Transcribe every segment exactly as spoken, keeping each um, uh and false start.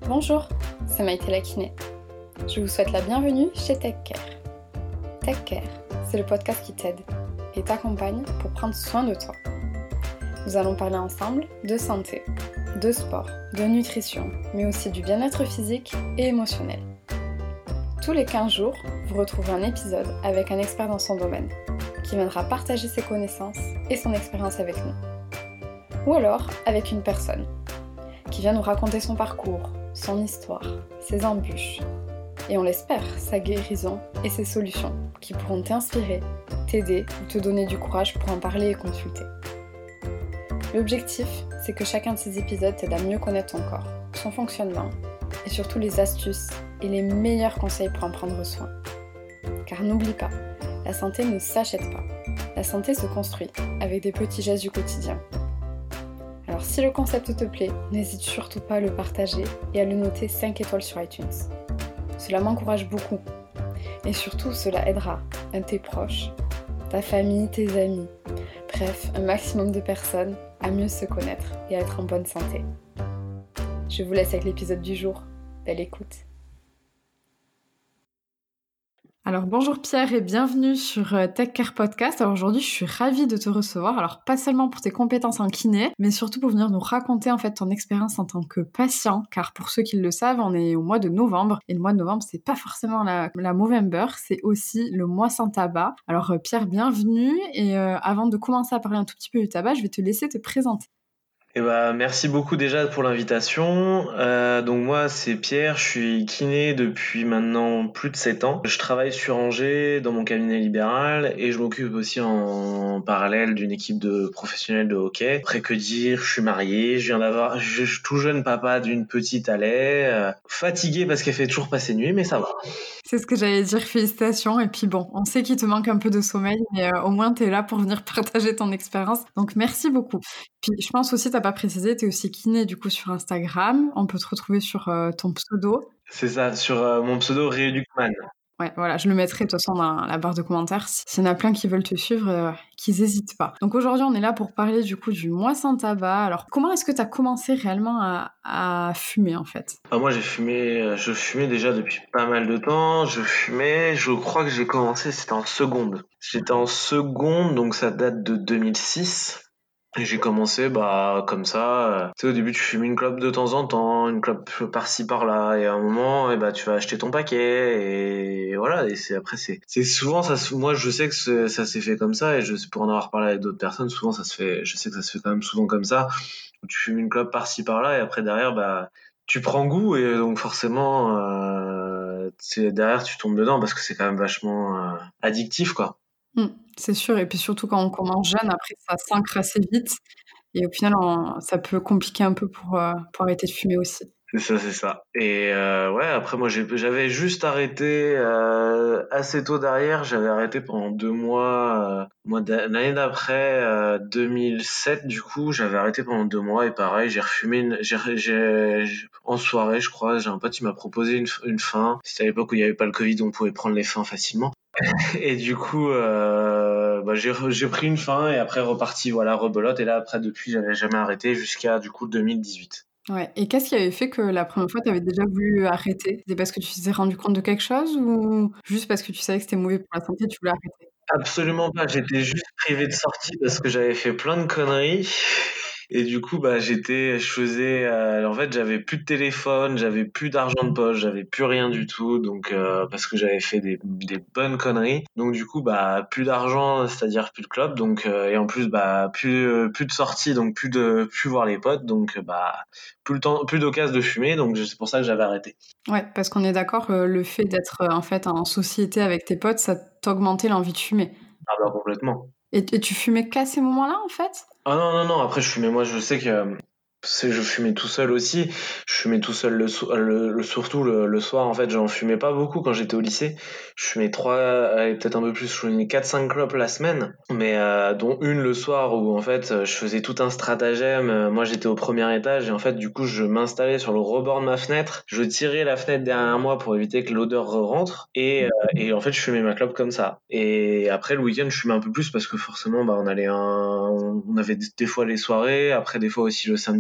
Bonjour, c'est Maïté la kiné. Je vous souhaite la bienvenue chez TechCare. TechCare, c'est le podcast qui t'aide et t'accompagne pour prendre soin de toi. Nous allons parler ensemble de santé, de sport, de nutrition, mais aussi du bien-être physique et émotionnel. Tous les quinze jours, vous retrouverez un épisode avec un expert dans son domaine, qui viendra partager ses connaissances et son expérience avec nous. Ou alors avec une personne, qui vient nous raconter son parcours, son histoire, ses embûches, et on l'espère, sa guérison et ses solutions, qui pourront t'inspirer, t'aider ou te donner du courage pour en parler et consulter. L'objectif, c'est que chacun de ces épisodes t'aide à mieux connaître ton corps, son fonctionnement, et surtout les astuces et les meilleurs conseils pour en prendre soin. Car n'oublie pas, la santé ne s'achète pas. La santé se construit avec des petits gestes du quotidien. Alors si le concept te plaît, n'hésite surtout pas à le partager et à le noter cinq étoiles sur iTunes. Cela m'encourage beaucoup. Et surtout, cela aidera un de tes proches, ta famille, tes amis, bref, un maximum de personnes à mieux se connaître et à être en bonne santé. Je vous laisse avec l'épisode du jour. Belle écoute. Alors bonjour Pierre et bienvenue sur TechCare Podcast. Alors aujourd'hui je suis ravie de te recevoir, alors pas seulement pour tes compétences en kiné, mais surtout pour venir nous raconter en fait ton expérience en tant que patient, car pour ceux qui le savent, on est au mois de novembre, et le mois de novembre c'est pas forcément la, la Movember, c'est aussi le mois sans tabac. Alors Pierre, bienvenue, et euh, avant de commencer à parler un tout petit peu du tabac, je vais te laisser te présenter. Eh ben, merci beaucoup déjà pour l'invitation. Euh, donc moi c'est Pierre, je suis kiné depuis maintenant plus de sept ans. Je travaille sur Angers dans mon cabinet libéral et je m'occupe aussi en parallèle d'une équipe de professionnels de hockey. Après que dire, je suis marié, je viens d'avoir, je suis tout jeune papa d'une petite Alais, euh, fatigué parce qu'elle fait toujours passer nuit, mais ça va. C'est ce que j'allais dire, félicitations. Et puis bon, on sait qu'il te manque un peu de sommeil, mais euh, au moins t'es là pour venir partager ton expérience. Donc merci beaucoup. Puis je pense aussi, t'as pas précisé, t'es aussi kiné du coup sur Instagram. On peut te retrouver sur euh, ton pseudo. C'est ça, sur euh, mon pseudo Reducman. Ouais, voilà, je le mettrai de toute façon dans la barre de commentaires. S'il y en a plein qui veulent te suivre, euh, qu'ils n'hésitent pas. Donc aujourd'hui, on est là pour parler du coup du mois sans tabac. Alors, comment est-ce que tu as commencé réellement à, à fumer en fait ? Ah, moi, j'ai fumé, je fumais déjà depuis pas mal de temps. Je fumais, je crois que j'ai commencé, c'était en seconde. J'étais en seconde, donc ça date de deux mille six. Et j'ai commencé bah comme ça, euh, tu sais, au début tu fumes une clope de temps en temps, une clope par-ci par-là, et à un moment et bah tu vas acheter ton paquet, et voilà. Et c'est après c'est c'est souvent ça se- moi je sais que c'est- ça s'est fait comme ça, et je pour en avoir parlé avec d'autres personnes, souvent ça se fait, je sais que ça se fait quand même souvent comme ça, où tu fumes une clope par-ci par-là et après derrière bah tu prends goût, et donc forcément euh, c'est derrière tu tombes dedans parce que c'est quand même vachement euh, addictif quoi. Mmh, c'est sûr, et puis surtout quand on commence jeune, après ça s'ancre assez vite. Et au final, on- ça peut compliquer un peu pour, euh, pour arrêter de fumer aussi. C'est ça, c'est ça. Et euh, ouais, après moi j'ai, j'avais juste arrêté euh, assez tôt derrière. J'avais arrêté pendant deux mois. Euh, moi d'a- l'année d'après, euh, deux mille sept du coup, j'avais arrêté pendant deux mois, et pareil, j'ai refumé une, j'ai, j'ai, j'ai- en soirée, je crois. J'ai un pote qui m'a proposé une, une fin. C'était à l'époque où il y avait pas le Covid, on pouvait prendre les fins facilement. Et du coup, euh, bah, j'ai, re- j'ai pris une fin et après reparti, voilà, rebelote. Et là après depuis, j'avais jamais arrêté jusqu'à du coup deux mille dix-huit. Ouais. Et qu'est-ce qui avait fait que la première fois, tu avais déjà voulu arrêter ? C'est parce que tu t'es rendu compte de quelque chose ou juste parce que tu savais que c'était mauvais pour la santé, tu voulais arrêter ? Absolument pas, j'étais juste privé de sortie parce que j'avais fait plein de conneries. Et du coup, bah, j'étais, je faisais, euh, en fait, j'avais plus de téléphone, j'avais plus d'argent de poche, j'avais plus rien du tout, donc euh, parce que j'avais fait des, des bonnes conneries. Donc du coup, bah, plus d'argent, c'est-à-dire plus de club, donc euh, et en plus, bah, plus euh, plus de sorties, donc plus de plus voir les potes, donc euh, bah, plus le temps, plus d'occasion de fumer, donc c'est pour ça que j'avais arrêté. Ouais, parce qu'on est d'accord, euh, le fait d'être euh, en fait en société avec tes potes, ça t'augmentait l'envie de fumer. Ah bah complètement. Et, et tu fumais qu'à ces moments-là, en fait ? Ah non, non, non, après je fumais, moi je sais que euh, c'est- je fumais tout seul aussi. Je fumais tout seul le, so- le, le- surtout le, le soir, en fait, j'en fumais pas beaucoup quand j'étais au lycée. Je fumais trois, allez, peut-être un peu plus, je fumais quatre cinq clopes la semaine, mais euh, dont une le soir où en fait euh, je faisais tout un stratagème. Euh, Moi j'étais au premier étage et en fait du coup je m'installais sur le rebord de ma fenêtre, je tirais la fenêtre derrière moi pour éviter que l'odeur rentre, et, euh, et en fait je fumais ma clope comme ça. Et après le week-end je fumais un peu plus parce que forcément bah on allait un, on avait des des fois les soirées, après des fois aussi le samedi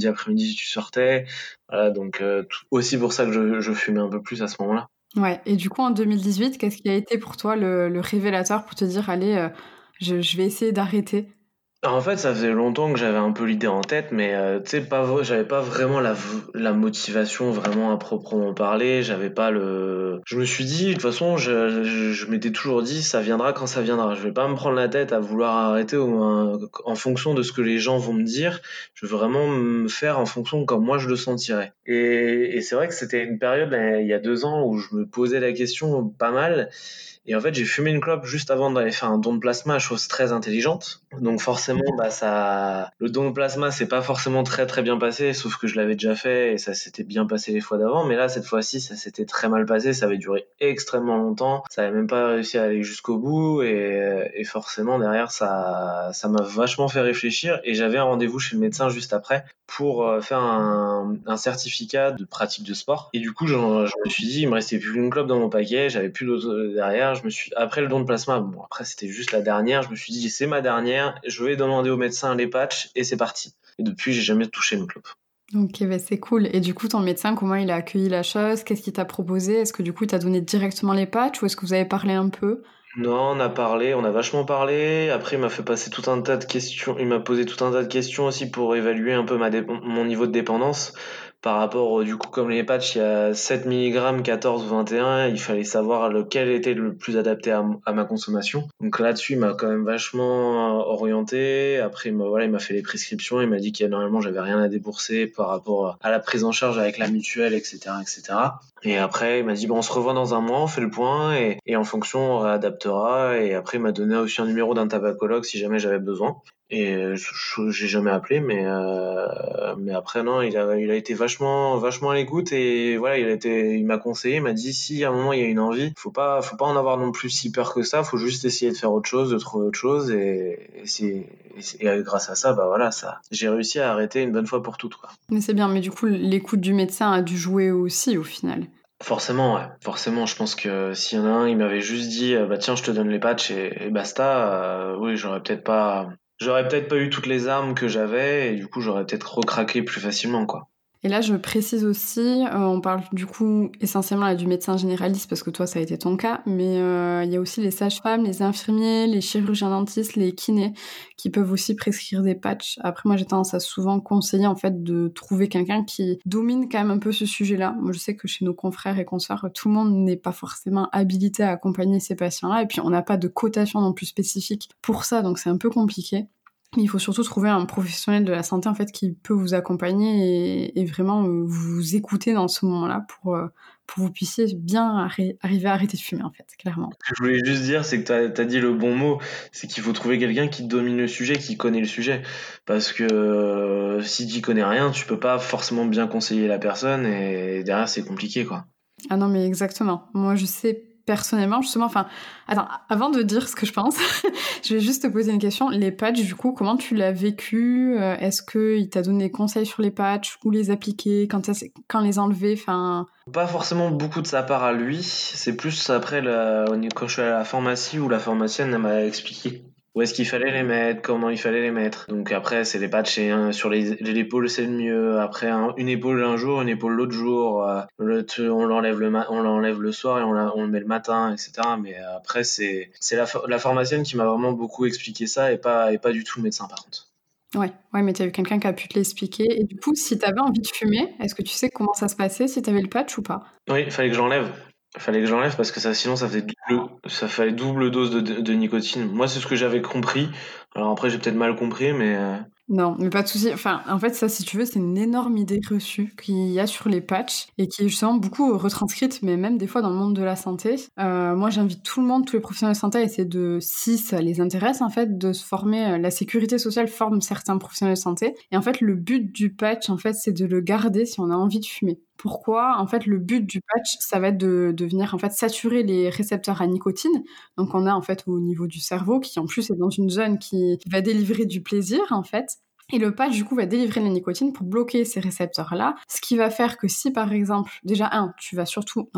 après-midi tu sortais. Voilà, donc euh, tout, aussi pour ça que je, je fumais un peu plus à ce moment-là. Ouais, et du coup en deux mille dix-huit, qu'est-ce qui a été pour toi le, le révélateur pour te dire allez, euh, je, je vais essayer d'arrêter? En fait, ça faisait longtemps que j'avais un peu l'idée en tête, mais euh, tu sais, pas, v- j'avais pas vraiment la, v- la motivation vraiment à proprement parler. J'avais pas le. Je me suis dit, de toute façon, je, je, je m'étais toujours dit, ça viendra quand ça viendra. Je vais pas me prendre la tête à vouloir arrêter au- en, en fonction de ce que les gens vont me dire. Je veux vraiment me faire en fonction de comme moi je le sentirais. Et, et c'est vrai que c'était une période, là, il y a deux ans, où je me posais la question pas mal. Et en fait, j'ai fumé une clope juste avant d'aller faire un don de plasma, chose très intelligente. Donc forcément, bah ça, le don de plasma, c'est pas forcément très très bien passé, sauf que je l'avais déjà fait et ça s'était bien passé les fois d'avant. Mais là, cette fois-ci, ça s'était très mal passé. Ça avait duré extrêmement longtemps. Ça avait même pas réussi à aller jusqu'au bout et, et forcément derrière, ça, ça m'a vachement fait réfléchir. Et j'avais un rendez-vous chez le médecin juste après pour euh, faire un, un certificat de pratique de sport. Et du coup, je, je me suis dit, il me restait plus qu'une clope dans mon paquet, j'avais plus d'autres derrière. Je me suis, après le don de plasma, bon, après c'était juste la dernière, je me suis dit, c'est ma dernière, je vais demander au médecin les patchs et c'est parti. Et depuis, j'ai jamais touché une clope. Ok, bah c'est cool. Et du coup, ton médecin, comment il a accueilli la chose? Qu'est-ce qu'il t'a proposé? Est-ce que du coup, il t'a donné directement les patchs ou est-ce que vous avez parlé un peu? Non, on a parlé, on a vachement parlé. Après, il m'a fait passer tout un tas de questions. Il m'a posé tout un tas de questions aussi pour évaluer un peu ma dé- mon niveau de dépendance. Par rapport, au- du coup, comme les patchs, il y a sept milligrammes, quatorze ou vingt et un, il fallait savoir lequel était le plus adapté à, m- à ma consommation. Donc là-dessus, il m'a quand même vachement euh, orienté. Après, il m'a, voilà, il m'a fait les prescriptions. Il m'a dit que normalement, j'avais rien à débourser par rapport à la prise en charge avec la mutuelle, et cetera, et cetera. Et après, il m'a dit, bon, on se revoit dans un mois, on fait le point, et, et en fonction, on réadaptera. Et après, il m'a donné aussi un numéro d'un tabacologue si jamais j'avais besoin. Et euh, je- je- j'ai jamais appelé, mais euh, mais après non, il a il a été vachement vachement à l'écoute et voilà, il a été, il m'a conseillé, il m'a dit si à un moment il y a une envie, faut pas faut pas en avoir non plus si peur que ça, faut juste essayer de faire autre chose, de trouver autre chose et, et c'est et, c'est- et grâce à ça, bah voilà, ça, j'ai réussi à arrêter une bonne fois pour toutes quoi. Mais c'est bien, mais du coup, l'écoute du médecin a dû jouer aussi au final. Forcément, ouais. Forcément, je pense que s'il y en a un, il m'avait juste dit, euh, bah tiens, je te donne les patchs et, et basta. Euh, oui, j'aurais peut-être pas, j'aurais peut-être pas eu toutes les armes que j'avais et du coup, j'aurais peut-être recraqué plus facilement, quoi. Et là, je précise aussi, euh, on parle du coup essentiellement là, du médecin généraliste parce que toi, ça a été ton cas, mais euh, il y a aussi les sages-femmes, les infirmiers, les chirurgiens dentistes, les kinés qui peuvent aussi prescrire des patchs. Après, moi, j'ai tendance à souvent conseiller en fait de trouver quelqu'un qui domine quand même un peu ce sujet-là. Moi, je sais que chez nos confrères et consoeurs, tout le monde n'est pas forcément habilité à accompagner ces patients-là, et puis on n'a pas de cotation non plus spécifique pour ça, donc c'est un peu compliqué. Il faut surtout trouver un professionnel de la santé en fait qui peut vous accompagner et, et vraiment euh, vous écouter dans ce moment-là pour, euh, pour que vous puissiez bien arri- arriver à arrêter de fumer en fait, clairement. Ce que je voulais juste dire, c'est que t'as, t'as dit le bon mot, c'est qu'il faut trouver quelqu'un qui domine le sujet, qui connaît le sujet. Parce que euh, si tu connais rien, tu peux pas forcément bien conseiller la personne et derrière, c'est compliqué, quoi. Ah non mais exactement. Moi je sais personnellement justement, enfin, attends, avant de dire ce que je pense, je vais juste te poser une question. Les patchs du coup, comment tu l'as vécu? Euh, Est-ce qu'il t'a donné des conseils sur les patchs, où les appliquer, quand, est-ce- quand les enlever, enfin... Pas forcément beaucoup de sa part à lui, c'est plus après la, quand je suis à la pharmacie où la pharmacienne elle m'a expliqué où est-ce qu'il fallait les mettre, comment il fallait les mettre. Donc après c'est les patchs et, hein, sur les, l'épaule c'est le mieux. Après un- une épaule un jour, une épaule l'autre jour. euh, le- on l'enlève le ma- on l'enlève le soir et on, la- on le met le matin, et cetera. Mais euh, après c'est c'est la, ph- la pharmacienne qui m'a vraiment beaucoup expliqué ça et pas et pas du tout le médecin par contre. Ouais, ouais, mais tu as eu quelqu'un qui a pu te l'expliquer. Et du coup, si tu avais envie de fumer, est-ce que tu sais comment ça se passait, si tu avais le patch ou pas? Oui, il fallait que j'enlève. Il fallait que j'enlève parce que ça, sinon, ça faisait double, ça fallait double dose de, de, de nicotine. Moi, c'est ce que j'avais compris. Alors après, j'ai peut-être mal compris, mais euh, Non, mais pas de souci. Enfin, en fait, ça, si tu veux, c'est une énorme idée reçue qu'il y a sur les patchs et qui est justement beaucoup retranscrite, mais même des fois dans le monde de la santé. Euh, moi, j'invite tout le monde, tous les professionnels de santé, à essayer de, si ça les intéresse, en fait, de se former. La sécurité sociale forme certains professionnels de santé. Et en fait, le but du patch, en fait, c'est de le garder si on a envie de fumer. Pourquoi? En fait, le but du patch, ça va être de, de venir en fait saturer les récepteurs à nicotine. Donc, on a en fait au niveau du cerveau qui en plus est dans une zone qui va délivrer du plaisir en fait. Et le patch, du coup, va délivrer la nicotine pour bloquer ces récepteurs-là, ce qui va faire que si, par exemple, déjà, un, tu vas surtout, normalement,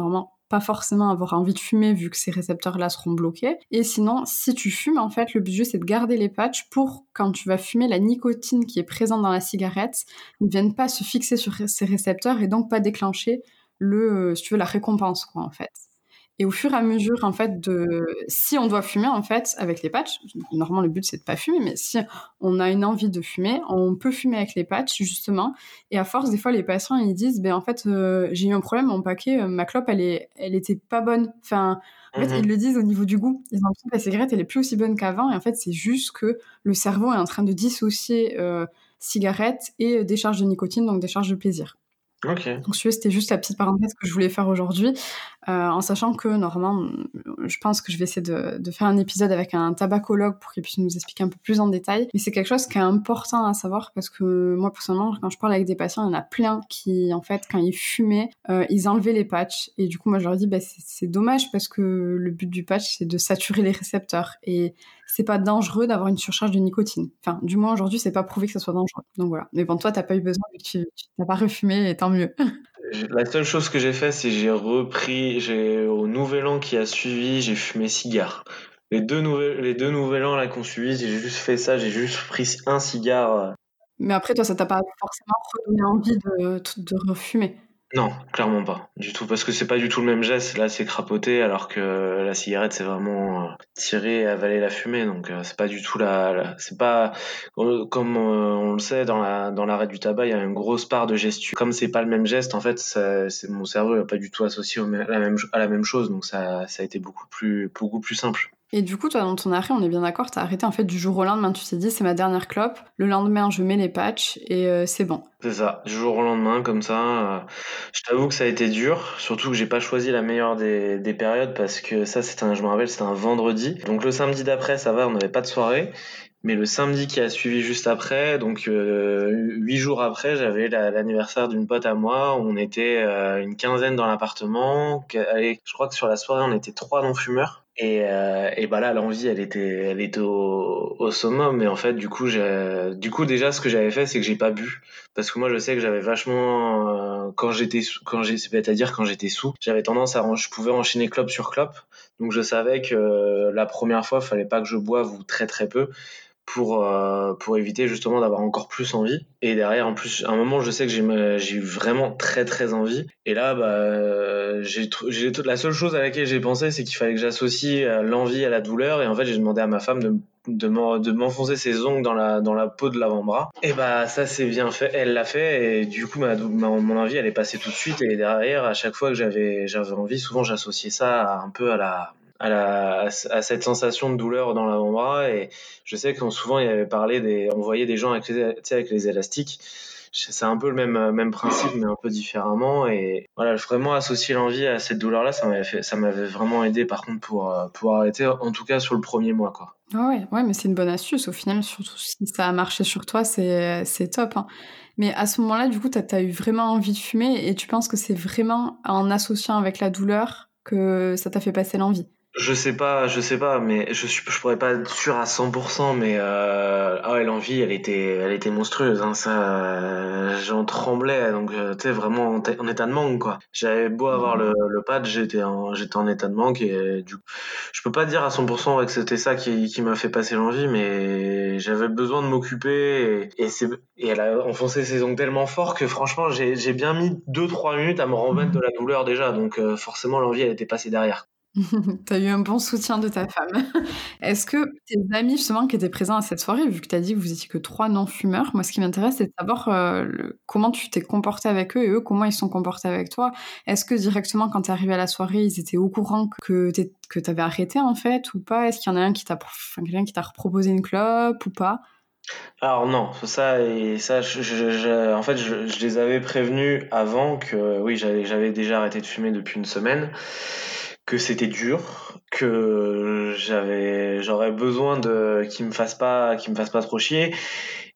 pas forcément avoir envie de fumer vu que ces récepteurs-là seront bloqués. Et sinon, si tu fumes, en fait, le but du jeu, c'est de garder les patchs pour, quand tu vas fumer, la nicotine qui est présente dans la cigarette ne vienne pas se fixer sur ces récepteurs et donc pas déclencher le, euh, si tu veux, la récompense, quoi, en fait. Et au fur et à mesure, en fait, de... si on doit fumer, en fait, avec les patchs, normalement, le but, c'est de pas fumer, mais si on a une envie de fumer, on peut fumer avec les patchs, justement. Et à force, des fois, les patients, ils disent, ben, en fait, euh, j'ai eu un problème, mon paquet, euh, ma clope, elle, est... elle était pas bonne. Enfin, en fait, Mhm. ils le disent au niveau du goût. Ils ont l'impression que la cigarette, elle est plus aussi bonne qu'avant. Et en fait, c'est juste que le cerveau est en train de dissocier euh, cigarette et décharge de nicotine, donc décharge de plaisir. Ok. Donc, si tu veux, c'était juste la petite parenthèse que je voulais faire aujourd'hui, euh, en sachant que, normalement, je pense que je vais essayer de, de faire un épisode avec un tabacologue pour qu'il puisse nous expliquer un peu plus en détail. Mais c'est quelque chose qui est important à savoir parce que moi, personnellement, quand je parle avec des patients, il y en a plein qui, en fait, quand ils fumaient, euh, ils enlevaient les patchs. Et du coup, moi, je leur dis, bah, c'est, c'est dommage parce que le but du patch, c'est de saturer les récepteurs. Et c'est pas dangereux d'avoir une surcharge de nicotine. Enfin, du moins, aujourd'hui, c'est pas prouvé que ça soit dangereux. Donc voilà. Mais bon, toi, t'as pas eu besoin vu que tu, tu t'as pas refumé et tant mieux. La seule chose que j'ai fait, c'est j'ai repris, j'ai au nouvel an qui a suivi, j'ai fumé cigare. Les deux nouvelles, les deux nouvel an là qu'on suivi, j'ai juste fait ça, j'ai juste pris un cigare. euh. Mais après, toi, ça t'a pas forcément redonné envie de, de refumer. Non, clairement pas, du tout, parce que c'est pas du tout le même geste. Là, c'est crapoter, alors que la cigarette, c'est vraiment euh, tirer et avaler la fumée. Donc, euh, c'est pas du tout la, la- c'est pas euh, comme euh, on le sait dans la dans l'arrêt du tabac, il y a une grosse part de gestu. Comme c'est pas le même geste, en fait, ça, c'est mon cerveau n'est pas du tout associé au, mê- à la même à la même chose. Donc, ça ça a été beaucoup plus beaucoup plus simple. Et du coup, toi, dans ton arrêt, on est bien d'accord, t'as arrêté en fait du jour au lendemain. Tu t'es dit, c'est ma dernière clope. Le lendemain, je mets les patchs et euh, c'est bon. C'est ça, du jour au lendemain, comme ça. euh, je t'avoue que ça a été dur, surtout que j'ai pas choisi la meilleure des, des périodes parce que ça, c'était un, je me rappelle, c'était un vendredi. Donc le samedi d'après, ça va, on n'avait pas de soirée. Mais le samedi qui a suivi juste après, donc euh, huit jours après, j'avais la- l'anniversaire d'une pote à moi. On était euh, une quinzaine dans l'appartement. Que- allez, je crois que sur la soirée, on était trois non-fumeurs. Et, euh, et bah là, l'envie, elle était, elle était au, au summum. Mais en fait, du coup, j'ai, du coup, déjà, ce que j'avais fait, c'est que j'ai pas bu, parce que moi, je sais que j'avais vachement, euh, quand j'étais, sous- quand j'ai, c'est-à-dire quand j'étais sous, j'avais tendance à, en- je pouvais enchaîner clope sur clope. Donc, je savais que euh, la première fois, fallait pas que je boive ou très très peu pour euh, pour éviter justement d'avoir encore plus envie. Et derrière, en plus, à un moment, je sais que j'ai j'ai eu vraiment très très envie. Et là, bah, euh, j'ai tr- j'ai la seule chose à laquelle j'ai pensé, c'est qu'il fallait que j'associe euh, l'envie à la douleur. Et en fait, j'ai demandé à ma femme de de m'en- de m'enfoncer ses ongles dans la dans la peau de l'avant-bras. Et bah ça c'est bien fait, elle l'a fait. Et du coup, ma, ma- mon envie, elle est passée tout de suite. Et derrière, à chaque fois que j'avais j'avais envie, souvent j'associais ça à- un peu à la à la à cette sensation de douleur dans l'avant-bras. Et je sais qu'on souvent il y avait parlé des, on voyait des gens avec les, tu sais, avec les élastiques. C'est un peu le même même principe, mais un peu différemment. Et voilà, vraiment associer l'envie à cette douleur-là, ça m'avait fait, ça m'avait vraiment aidé. Par contre, pour euh, pour arrêter, en tout cas sur le premier mois, quoi. Ah ouais, ouais, mais c'est une bonne astuce. Au final, surtout si ça a marché sur toi, c'est, c'est top, hein. Mais à ce moment-là, du coup, t'as, t'as eu vraiment envie de fumer et tu penses que c'est vraiment en associant avec la douleur que ça t'a fait passer l'envie. Je sais pas, je sais pas, mais je suis, je pourrais pas être sûr à cent pour cent, mais euh, ah ouais, l'envie, elle était, elle était monstrueuse, hein, ça, euh, j'en tremblais, donc euh, tu sais, vraiment en, t- en état de manque, quoi. J'avais beau avoir le, le patch, j'étais en, j'étais en état de manque. Et du coup, je peux pas dire à cent pour cent ouais, que c'était ça qui, qui m'a fait passer l'envie, mais j'avais besoin de m'occuper. Et, et c'est, et elle a enfoncé ses ongles tellement fort que franchement, j'ai, j'ai bien mis deux trois minutes à me remettre de la douleur déjà, donc euh, forcément l'envie, elle était passée derrière. T'as eu un bon soutien de ta femme. Est-ce que tes amis, justement, qui étaient présents à cette soirée, vu que t'as dit que vous étiez que trois non-fumeurs, moi, ce qui m'intéresse, c'est de savoir euh, le- comment tu t'es comporté avec eux et eux, comment ils se sont comportés avec toi. Est-ce que directement, quand t'es arrivé à la soirée, ils étaient au courant que t'es- que t'avais arrêté, en fait, ou pas? Est-ce qu'il y en a un qui t'a, enfin, quelqu'un qui t'a proposé une clope ou pas? Alors non, ça et ça, je, je- je- en fait, je, je les avais prévenus avant que, oui, j'avais, j'avais déjà arrêté de fumer depuis une semaine, que c'était dur, que j'avais, j'aurais besoin de, qu'ils me fassent pas, qu'ils me fassent pas trop chier.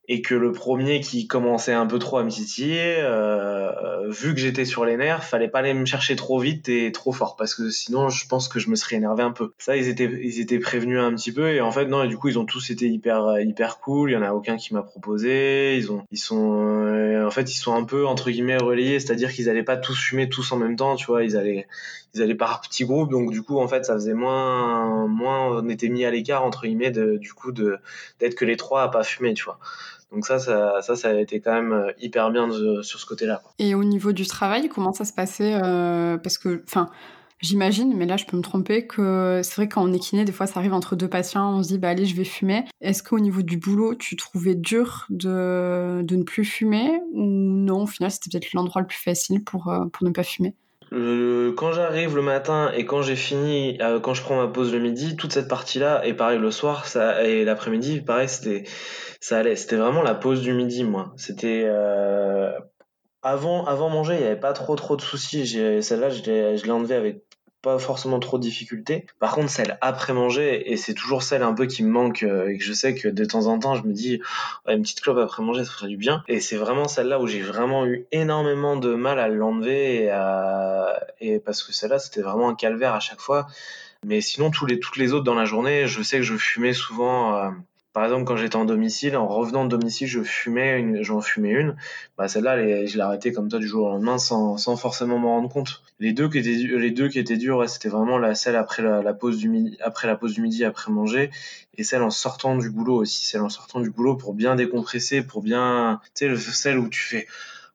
et que le premier qui commençait un peu trop à me titiller, euh, vu que j'étais sur les nerfs, fallait pas aller me chercher trop vite et trop fort, parce que sinon je pense que je me serais énervé un peu. Ça, ils étaient ils étaient prévenus un petit peu, et en fait non, et du coup ils ont tous été hyper hyper cool. Il y en a aucun qui m'a proposé. Ils ont ils sont euh, en fait ils sont un peu entre guillemets relayés, c'est-à-dire qu'ils allaient pas tous fumer tous en même temps, tu vois. Ils allaient ils allaient par petits groupes, donc du coup en fait ça faisait moins moins on était mis à l'écart entre guillemets de, du coup de d'être que les trois à pas fumer, tu vois. Donc ça, ça, ça, ça a été quand même hyper bien de, sur ce côté-là. Et au niveau du travail, comment ça se passait euh, Parce que, enfin, j'imagine, mais là je peux me tromper, que c'est vrai que quand on est kiné, des fois ça arrive entre deux patients, on se dit bah allez je vais fumer. Est-ce qu'au niveau du boulot, tu trouvais dur de, de ne plus fumer ou non, au final c'était peut-être l'endroit le plus facile pour, euh, pour ne pas fumer? Euh, quand j'arrive le matin et quand j'ai fini, euh, quand je prends ma pause le midi, toute cette partie-là, et pareil le soir, ça, et l'après-midi, pareil, c'était, ça allait. C'était vraiment la pause du midi, moi. C'était euh, avant, avant manger, il y avait pas trop trop de soucis. J'ai, celle-là, je l'ai, je l'ai enlevée avec pas forcément trop de difficultés. Par contre, celle après manger, et c'est toujours celle un peu qui me manque, euh, et que je sais que de temps en temps, je me dis, ouais, une petite clope après manger, ça ferait du bien. Et c'est vraiment celle-là où j'ai vraiment eu énormément de mal à l'enlever, et, à... et parce que celle-là, c'était vraiment un calvaire à chaque fois. Mais sinon, tous les, toutes les autres dans la journée, je sais que je fumais souvent. Euh, par exemple, quand j'étais en domicile, en revenant de domicile, je fumais une, j'en fumais une. Bah celle-là, elle- je l'ai arrêtée comme ça du jour au lendemain, sans, sans forcément m'en rendre compte. Les deux qui étaient, du- les deux qui étaient dures, ouais, c'était vraiment la celle après la, la pause du midi, après la pause du midi, après manger, et celle en sortant du boulot aussi, celle en sortant du boulot pour bien décompresser, pour bien, tu sais, le- celle où tu fais.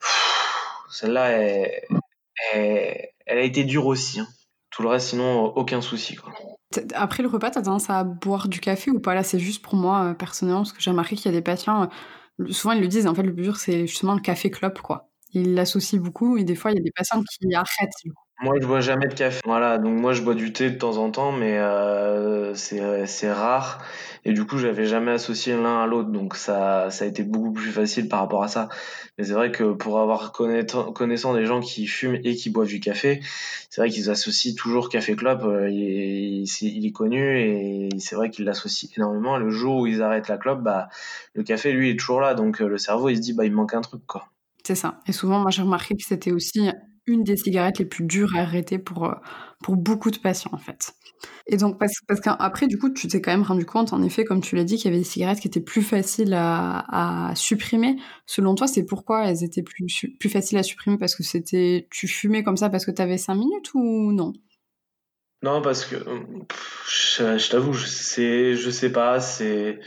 Celle-là, elle, elle, elle a été dure aussi, hein. Tout le reste, sinon, aucun souci, quoi. Après le repas, t'as tendance à boire du café ou pas? Là, c'est juste pour moi, euh, personnellement, parce que j'ai remarqué qu'il y a des patients, euh, souvent ils le disent, en fait, le plus dur, c'est justement le café-clope, quoi. Ils l'associent beaucoup et des fois, il y a des patients qui arrêtent. Moi, je bois jamais de café. Voilà, donc moi, je bois du thé de temps en temps, mais euh, c'est c'est rare. Et du coup, j'avais jamais associé l'un à l'autre, donc ça ça a été beaucoup plus facile par rapport à ça. Mais c'est vrai que pour avoir connaître, connaissant des gens qui fument et qui boivent du café, c'est vrai qu'ils associent toujours café clope. euh, Il, est- il est connu et c'est vrai qu'ils l'associent énormément. Et le jour où ils arrêtent la clope, bah le café, lui, est toujours là. Donc euh, le cerveau, il se dit, bah il me manque un truc, quoi. C'est ça. Et souvent, moi, j'ai remarqué que c'était aussi une des cigarettes les plus dures à arrêter pour, euh, pour beaucoup de patients, en fait. Et donc, parce, parce qu'après, du coup, tu t'es quand même rendu compte, en effet, comme tu l'as dit, qu'il y avait des cigarettes qui étaient plus faciles à, à supprimer. Selon toi, c'est pourquoi elles étaient plus, su- plus faciles à supprimer? Parce que c'était, tu fumais comme ça parce que t'avais cinq minutes ou non? Non, parce que pff, je, je t'avoue, je sais, je sais pas, c'est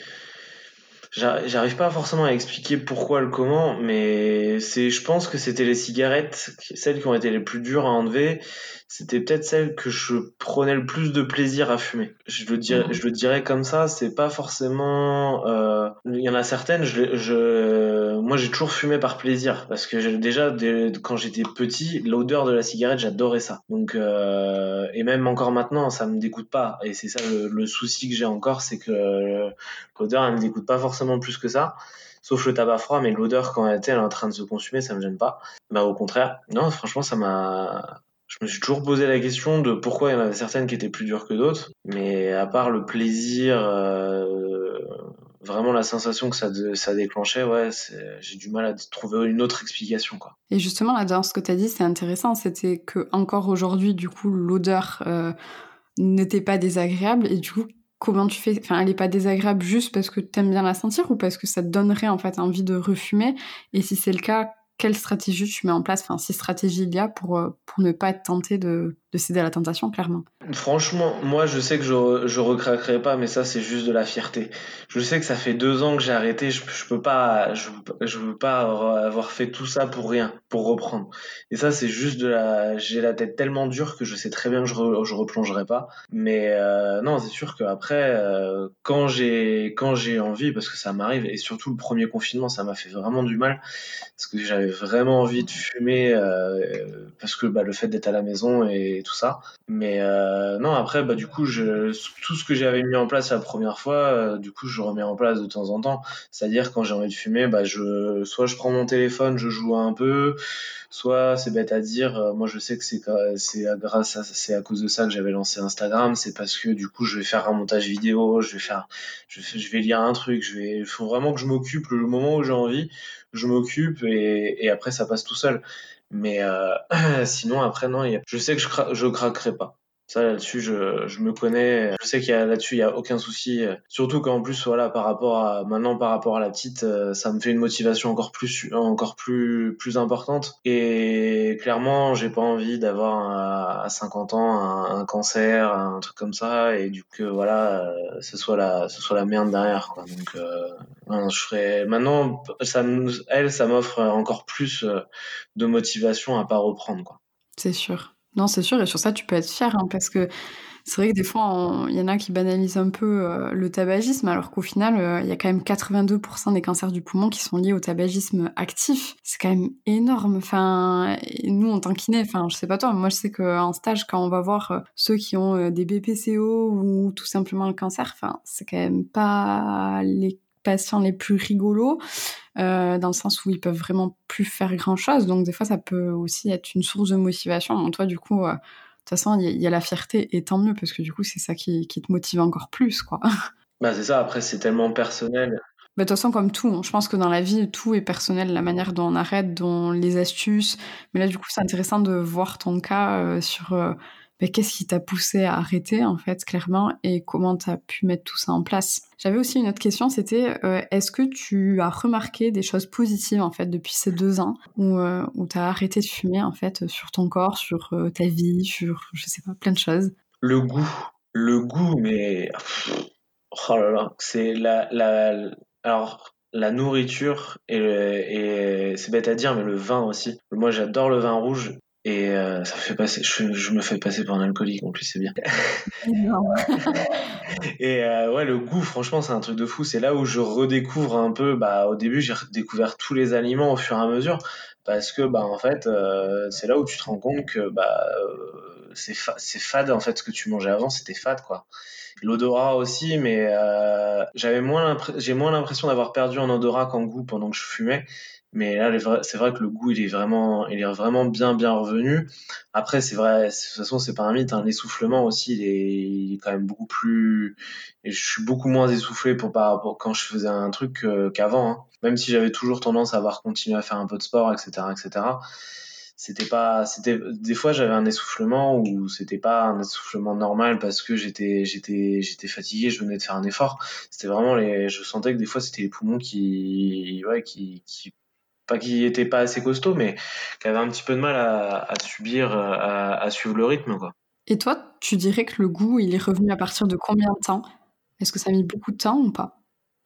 J'ar- J'arrive pas forcément à expliquer pourquoi le comment, mais c'est, je pense que c'était les cigarettes, qui- celles qui ont été les plus dures à enlever. C'était peut-être celles que je prenais le plus de plaisir à fumer. Je le dirais, je le dirais comme ça. C'est pas forcément. euh, Il y en a certaines. Je, je, moi, j'ai toujours fumé par plaisir parce que j'ai- déjà, dès- quand j'étais petit, l'odeur de la cigarette, j'adorais ça. Donc, euh, et même encore maintenant, ça me dégoûte pas. Et c'est ça le, le souci que j'ai encore, c'est que l'odeur, elle me dégoûte pas forcément plus que ça. Sauf le tabac froid, mais l'odeur, quand elle était elle est en train de se consumer, ça me gêne pas. Bah, au contraire. Non, franchement, ça m'a, je me suis toujours posé la question de pourquoi il y en avait certaines qui étaient plus dures que d'autres. Mais à part le plaisir, euh, vraiment la sensation que ça, de- ça déclenchait, ouais, c'est- j'ai du mal à trouver une autre explication, quoi. Et justement, là, dans ce que tu as dit, c'est intéressant, c'était que encore aujourd'hui, du coup, l'odeur euh, n'était pas désagréable. Et du coup, comment tu fais? Enfin, elle n'est pas désagréable juste parce que tu aimes bien la sentir ou parce que ça te donnerait en fait envie de refumer? Et si c'est le cas, quelle stratégie tu mets en place? Enfin, si stratégie il y a pour, euh, pour ne pas être tenté de, de céder à la tentation, clairement. Franchement, moi je sais que je, je recraquerai pas, mais ça c'est juste de la fierté. Je sais que ça fait deux ans que j'ai arrêté, je, je peux pas, je, je veux pas avoir fait tout ça pour rien, pour reprendre. Et ça c'est juste de la, j'ai la tête tellement dure que je sais très bien que je, re- je replongerai pas. Mais euh, non, c'est sûr qu'après, euh, quand j'ai, quand j'ai envie, parce que ça m'arrive, et surtout le premier confinement, ça m'a fait vraiment du mal, parce que j'avais vraiment envie de fumer euh, parce que bah, le fait d'être à la maison et tout ça. Mais euh, non, après, bah, du coup, je, tout ce que j'avais mis en place la première fois, euh, du coup, je remets en place de temps en temps. C'est-à-dire, quand j'ai envie de fumer, bah, je, soit je prends mon téléphone, je joue un peu, soit c'est bête à dire, euh, moi je sais que c'est, c'est grâce à, c'est à cause de ça que j'avais lancé Instagram, c'est parce que du coup, je vais faire un montage vidéo, je vais faire, je, vais- je vais lire un truc, je vais, il faut vraiment que je m'occupe le moment où j'ai envie, je m'occupe et, et après ça passe tout seul. Mais euh, sinon après non, il y a- je sais que je, cra- je craquerai pas. Ça là-dessus, je, je me connais. Je sais qu'il y a là-dessus, il y a aucun souci. Surtout qu'en plus, voilà, par rapport à maintenant, par rapport à la petite, euh, ça me fait une motivation encore plus, encore plus, plus importante. Et clairement, j'ai pas envie d'avoir un- à cinquante ans un, un cancer, un truc comme ça, et du coup, voilà, euh, ce soit la, ce soit la merde derrière, quoi. Donc, euh, non, je ferais. Maintenant, ça, me- elle, ça m'offre encore plus euh, de motivation à pas reprendre, quoi. C'est sûr. Non, c'est sûr et sur ça, tu peux être fier, hein, parce que c'est vrai que des fois, on il y en a qui banalisent un peu, heu, le tabagisme, alors qu'au final, heu, il y a quand même quatre-vingt-deux des cancers du poumon qui sont liés au tabagisme actif. C'est quand même énorme. Enfin, et nous, en tant qu'iné, enfin, je sais pas toi, mais moi, je sais qu'en stage, quand on va voir, heu, ceux qui ont, heu, des B P C O ou tout simplement le cancer, enfin, c'est quand même pas les patients les plus rigolos, heu, dans le sens où ils peuvent vraiment plus faire grand-chose. Donc des fois, ça peut aussi être une source de motivation. Bon, toi, du coup, heu, de toute façon, il y, a- il y a la fierté, et tant mieux, parce que du coup, c'est ça qui, qui te motive encore plus, quoi. Bah, c'est ça, après, c'est tellement personnel. Mais de toute façon, comme tout, hein, je pense que dans la vie, tout est personnel, la manière dont on arrête, dont les astuces. Mais là, du coup, c'est intéressant de voir ton cas euh, sur euh, ben, qu'est-ce qui t'a poussé à arrêter, en fait, clairement, et comment t'as pu mettre tout ça en place. J'avais aussi une autre question, c'était euh, est-ce que tu as remarqué des choses positives, en fait, depuis ces deux ans où, euh, où t'as arrêté de fumer, en fait, sur ton corps, sur euh, ta vie, sur, je sais pas, plein de choses. Le goût, le goût, mais pff, oh là là, c'est la la alors la nourriture et, le- et c'est bête à dire, mais le vin aussi. Moi, j'adore le vin rouge et euh, ça fait passer, je, je me fais passer pour un alcoolique en plus, c'est bien. Énorme. Et euh, ouais, le goût, franchement, c'est un truc de fou. C'est là où je redécouvre un peu. Bah, au début, j'ai redécouvert tous les aliments au fur et à mesure, parce que bah en fait, euh, c'est là où tu te rends compte que bah euh, c'est fa- c'est fade en fait ce que tu mangeais avant, c'était fade quoi. L'odorat aussi, mais euh, j'avais moins l'impr- j'ai moins l'impression d'avoir perdu en odorat qu'en goût pendant que je fumais. Mais là, les vrais- c'est vrai que le goût, il est vraiment, il est vraiment bien, bien revenu. Après, c'est vrai, de toute façon, c'est pas un mythe, hein, l'essoufflement aussi, il est, il est quand même beaucoup plus, et je suis beaucoup moins essoufflé pour, par rapport quand je faisais un truc euh, qu'avant, hein. Même si j'avais toujours tendance à avoir continué à faire un peu de sport, et cetera, et cetera. C'était pas, c'était, des fois j'avais un essoufflement où c'était pas un essoufflement normal parce que j'étais, j'étais, j'étais fatigué, je venais de faire un effort. C'était vraiment les, je sentais que des fois c'était les poumons qui, ouais, qui, qui, pas qui étaient pas assez costauds, mais qui avaient un petit peu de mal à, à subir, à, à suivre le rythme, quoi. Et toi, tu dirais que le goût, il est revenu à partir de combien de temps? Est-ce que ça a mis beaucoup de temps ou pas?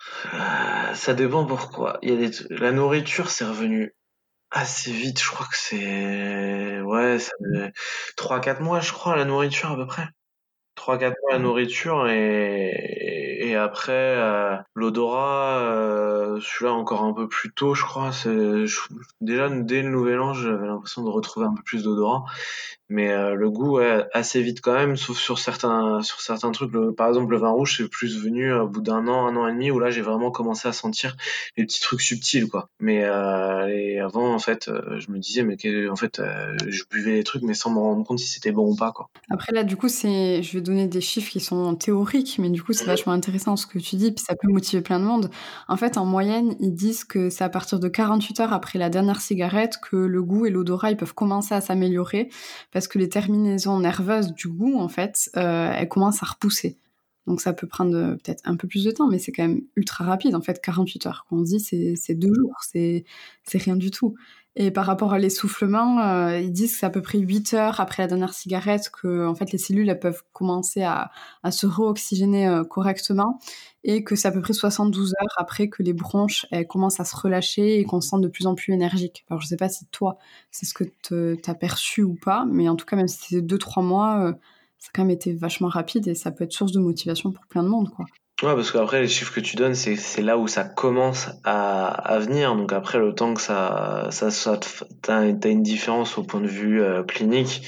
Euh, Ça dépend pourquoi. Il y a des, la nourriture, c'est revenu assez vite. Je crois que c'est, ouais, ça fait trois, quatre mois, je crois, la nourriture à peu près. Trois quatre mois la nourriture et, et après euh, l'odorat, euh, celui-là encore un peu plus tôt, je crois. C'est, je- déjà dès le nouvel an, j'avais l'impression de retrouver un peu plus d'odorat. Mais euh, le goût, ouais, assez vite quand même, sauf sur certains, sur certains trucs. Le- par exemple, le vin rouge, c'est plus venu au bout d'un an, un an et demi, où là, j'ai vraiment commencé à sentir les petits trucs subtils, quoi. Mais euh, et avant, en fait, euh, je me disais, mais que, en fait, euh, je buvais les trucs, mais sans me rendre compte si c'était bon ou pas, quoi. Après là, du coup, c'est je vais donner des chiffres qui sont théoriques, mais du coup, c'est Mhm. vachement intéressant ce que tu dis, puis ça peut motiver plein de monde. En fait, en moyenne, ils disent que c'est à partir de quarante-huit heures après la dernière cigarette que le goût et l'odorat, ils peuvent commencer à s'améliorer, parce que les terminaisons nerveuses du goût, en fait, euh, elles commencent à repousser. Donc ça peut prendre euh, peut-être un peu plus de temps, mais c'est quand même ultra rapide, en fait, quarante-huit heures. Quand on dit, c'est c'est deux jours, c'est c'est rien du tout. Et par rapport à l'essoufflement, euh, ils disent que c'est à peu près huit heures après la dernière cigarette que en fait, les cellules elles peuvent commencer à, à se re-oxygéner euh, correctement, et que c'est à peu près soixante-douze heures après que les bronches elles commencent à se relâcher et qu'on se sent de plus en plus énergique. Alors je sais pas si toi, c'est ce que te- t'as perçu ou pas, mais en tout cas, même si c'est deux trois mois, euh, ça a quand même été vachement rapide et ça peut être source de motivation pour plein de monde, quoi. Ouais, parce qu'après, les chiffres que tu donnes, c'est, c'est là où ça commence à, à venir. Donc après, le temps que ça, ça, ça te f- t'as, t'as une différence au point de vue euh, clinique.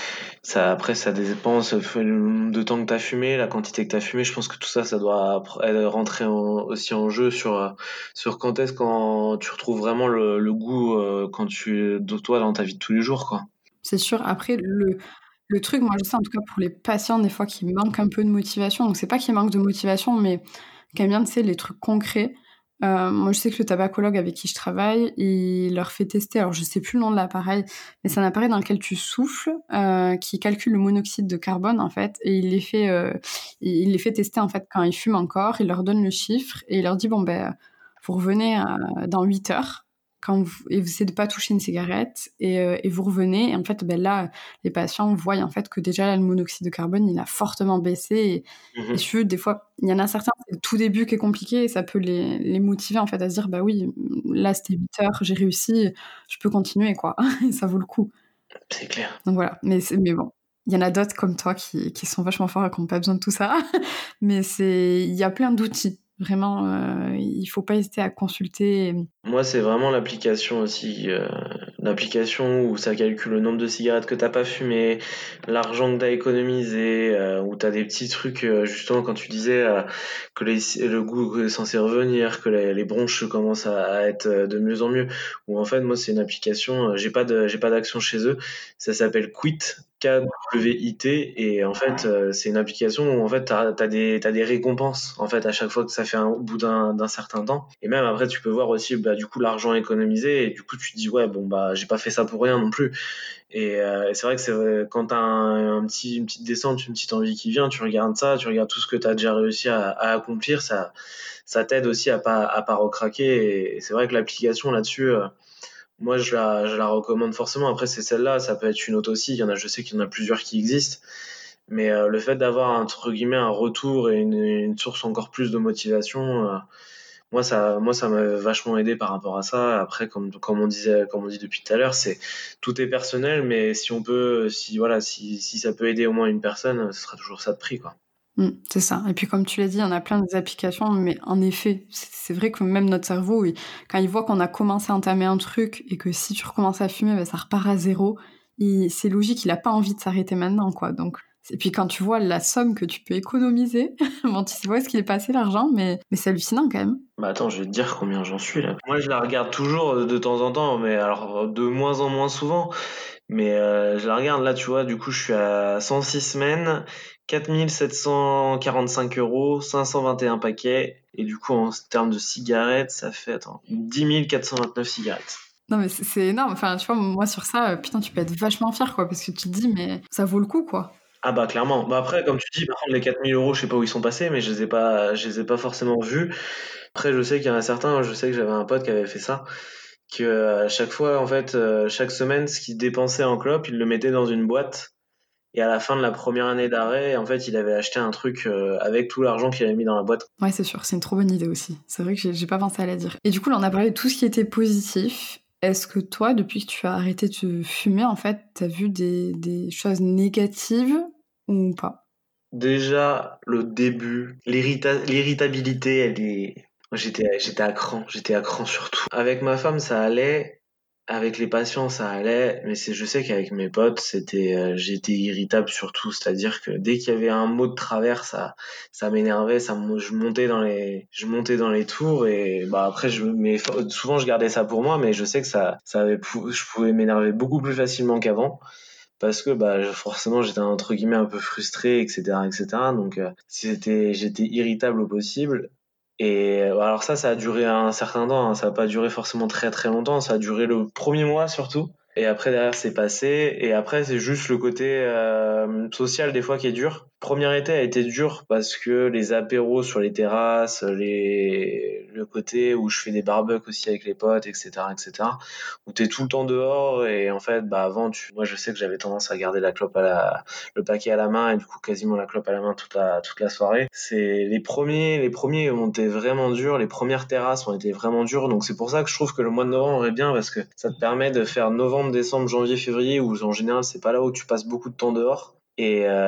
Ça, après, ça dépend, ça fait le nombre de temps que t'as fumé, la quantité que t'as fumé. Je pense que tout ça, ça doit pr- euh, rentrer en- aussi en jeu sur, euh, sur quand est-ce quand tu retrouves vraiment le, le goût euh, quand tu, de toi dans ta vie de tous les jours, quoi. C'est sûr. Après, le, le truc, moi, je sais en tout cas pour les patients, des fois, qui manquent un peu de motivation. Donc, c'est pas qu'ils manquent de motivation, mais qui aiment bien, tu sais, les trucs concrets. Euh, moi, je sais que le tabacologue avec qui je travaille, il leur fait tester, alors je sais plus le nom de l'appareil, mais c'est un appareil dans lequel tu souffles, euh, qui calcule le monoxyde de carbone, en fait, et il les fait, euh, il il les fait tester, en fait, quand ils fument encore, il leur donne le chiffre, et il leur dit, bon, ben, vous revenez euh, dans huit heures, quand vous, et vous essayez de pas toucher une cigarette, et, euh, et vous revenez, et en fait, ben là, les patients voient, en fait, que déjà, là, le monoxyde de carbone, il a fortement baissé, et, et Mhm. si tu veux, des fois, il y en a certains, c'est le tout début qui est compliqué et ça peut les, les motiver en fait à se dire bah oui, là c'était huit heures, j'ai réussi, je peux continuer quoi. Et ça vaut le coup. C'est clair. Donc voilà. Mais, c'est- mais bon, il y en a d'autres comme toi qui, qui sont vachement forts et qui n'ont pas besoin de tout ça. Mais c'est, il y a plein d'outils. Vraiment, euh, il faut pas hésiter à consulter. Moi, c'est vraiment l'application aussi, euh, l'application où ça calcule le nombre de cigarettes que t'as pas fumé, l'argent que t'as économisé, euh, où t'as des petits trucs, euh, justement, quand tu disais euh, que les, le goût est censé revenir, que les, les bronches commencent à, à être euh, de mieux en mieux. Ou en fait, moi, c'est une application, euh, j'ai pas de, j'ai pas d'action chez eux, ça s'appelle Quit. K W I T et en fait euh, c'est une application où en fait t'as as des t'as des récompenses en fait à chaque fois que ça fait un au bout d'un d'un certain temps et même après tu peux voir aussi bah du coup l'argent économisé et du coup tu te dis ouais bon bah j'ai pas fait ça pour rien non plus et, euh, et c'est vrai que c'est vrai, quand t'as un, un petit une petite descente une petite envie qui vient tu regardes ça tu regardes tout ce que t'as déjà réussi à, à accomplir ça ça t'aide aussi à pas à pas recraquer et, et c'est vrai que l'application là-dessus euh, moi, je la, je la recommande forcément. Après, c'est celle-là, ça peut être une autre aussi. Il y en a, je sais qu'il y en a plusieurs qui existent. Mais euh, le fait d'avoir, entre guillemets, un retour et une, une source encore plus de motivation, euh, moi, ça, moi, ça m'a vachement aidé par rapport à ça. Après, comme, comme on disait, comme on dit depuis tout à l'heure, c'est, tout est personnel, mais si on peut, si, voilà, si, si ça peut aider au moins une personne, ce sera toujours ça de prix, quoi. Mm, c'est ça. Et puis comme tu l'as dit, il y en a plein des applications, mais en effet, c'est c'est vrai que même notre cerveau, il- quand il voit qu'on a commencé à entamer un truc et que si tu recommences à fumer, ben, ça repart à zéro, il- c'est logique, il a pas envie de s'arrêter maintenant, quoi. Donc, et puis quand tu vois la somme que tu peux économiser, bon, tu sais pas où est-ce qu'il est passé l'argent, mais, mais c'est hallucinant quand même. Bah attends, je vais te dire combien j'en suis là. Moi, je la regarde toujours euh, de temps en temps, mais alors de moins en moins souvent. Mais euh, je la regarde là, tu vois, du coup, je suis à cent six semaines, quatre mille sept cent quarante-cinq euros, cinq cent vingt et un paquets. Et du coup, en termes de cigarettes, ça fait, attends, dix mille quatre cent vingt-neuf cigarettes. Non, mais c'est c'est énorme. Enfin, tu vois, moi sur ça, euh, putain, tu peux être vachement fier, quoi, parce que tu te dis, mais ça vaut le coup, quoi. Ah bah clairement. Bah après, comme tu dis, par contre, les quatre mille euros, je sais pas où ils sont passés, mais je les ai pas, je les ai pas forcément vus. Après, je sais qu'il y en a certains, je sais que j'avais un pote qui avait fait ça, que euh, à chaque fois, en fait, euh, chaque semaine, ce qu'il dépensait en clope, il le mettait dans une boîte. Et à la fin de la première année d'arrêt, en fait, il avait acheté un truc euh, avec tout l'argent qu'il avait mis dans la boîte. Ouais, c'est sûr, c'est une trop bonne idée aussi. C'est vrai que j'ai j'ai pas pensé à la dire. Et du coup, là, on a parlé de tout ce qui était positif. Est-ce que toi, depuis que tu as arrêté de fumer, en fait, t'as vu des, des choses négatives ou pas? Déjà, le début, l'irrita- l'irritabilité, elle est... J'étais, j'étais à cran, j'étais à cran surtout. Avec ma femme, ça allait. Avec les patients, ça allait. Mais c'est, je sais qu'avec mes potes, c'était, euh, j'étais irritable surtout. C'est-à-dire que dès qu'il y avait un mot de travers, ça, ça m'énervait, ça, me- je montais dans les, je montais dans les tours et, bah, après, je, mais souvent, je gardais ça pour moi, mais je sais que ça, ça avait, pou- je pouvais m'énerver beaucoup plus facilement qu'avant parce que bah forcément j'étais entre guillemets un peu frustré etc etc donc euh, c'était j'étais irritable au possible et euh, alors ça ça a duré un certain temps hein. Ça a pas duré forcément très très longtemps, ça a duré le premier mois surtout et après derrière c'est passé et après c'est juste le côté euh, social des fois qui est dur. Premier été a été dur parce que les apéros sur les terrasses, les le côté où je fais des barbecues aussi avec les potes etc etc où t'es tout le temps dehors et en fait bah avant tu moi je sais que j'avais tendance à garder la clope à la le paquet à la main et du coup quasiment la clope à la main toute la toute la soirée. C'est les premiers les premiers ont été vraiment durs, les premières terrasses ont été vraiment dures donc c'est pour ça que je trouve que le mois de novembre est bien parce que ça te permet de faire novembre, décembre, janvier, février où en général c'est pas là où tu passes beaucoup de temps dehors et euh,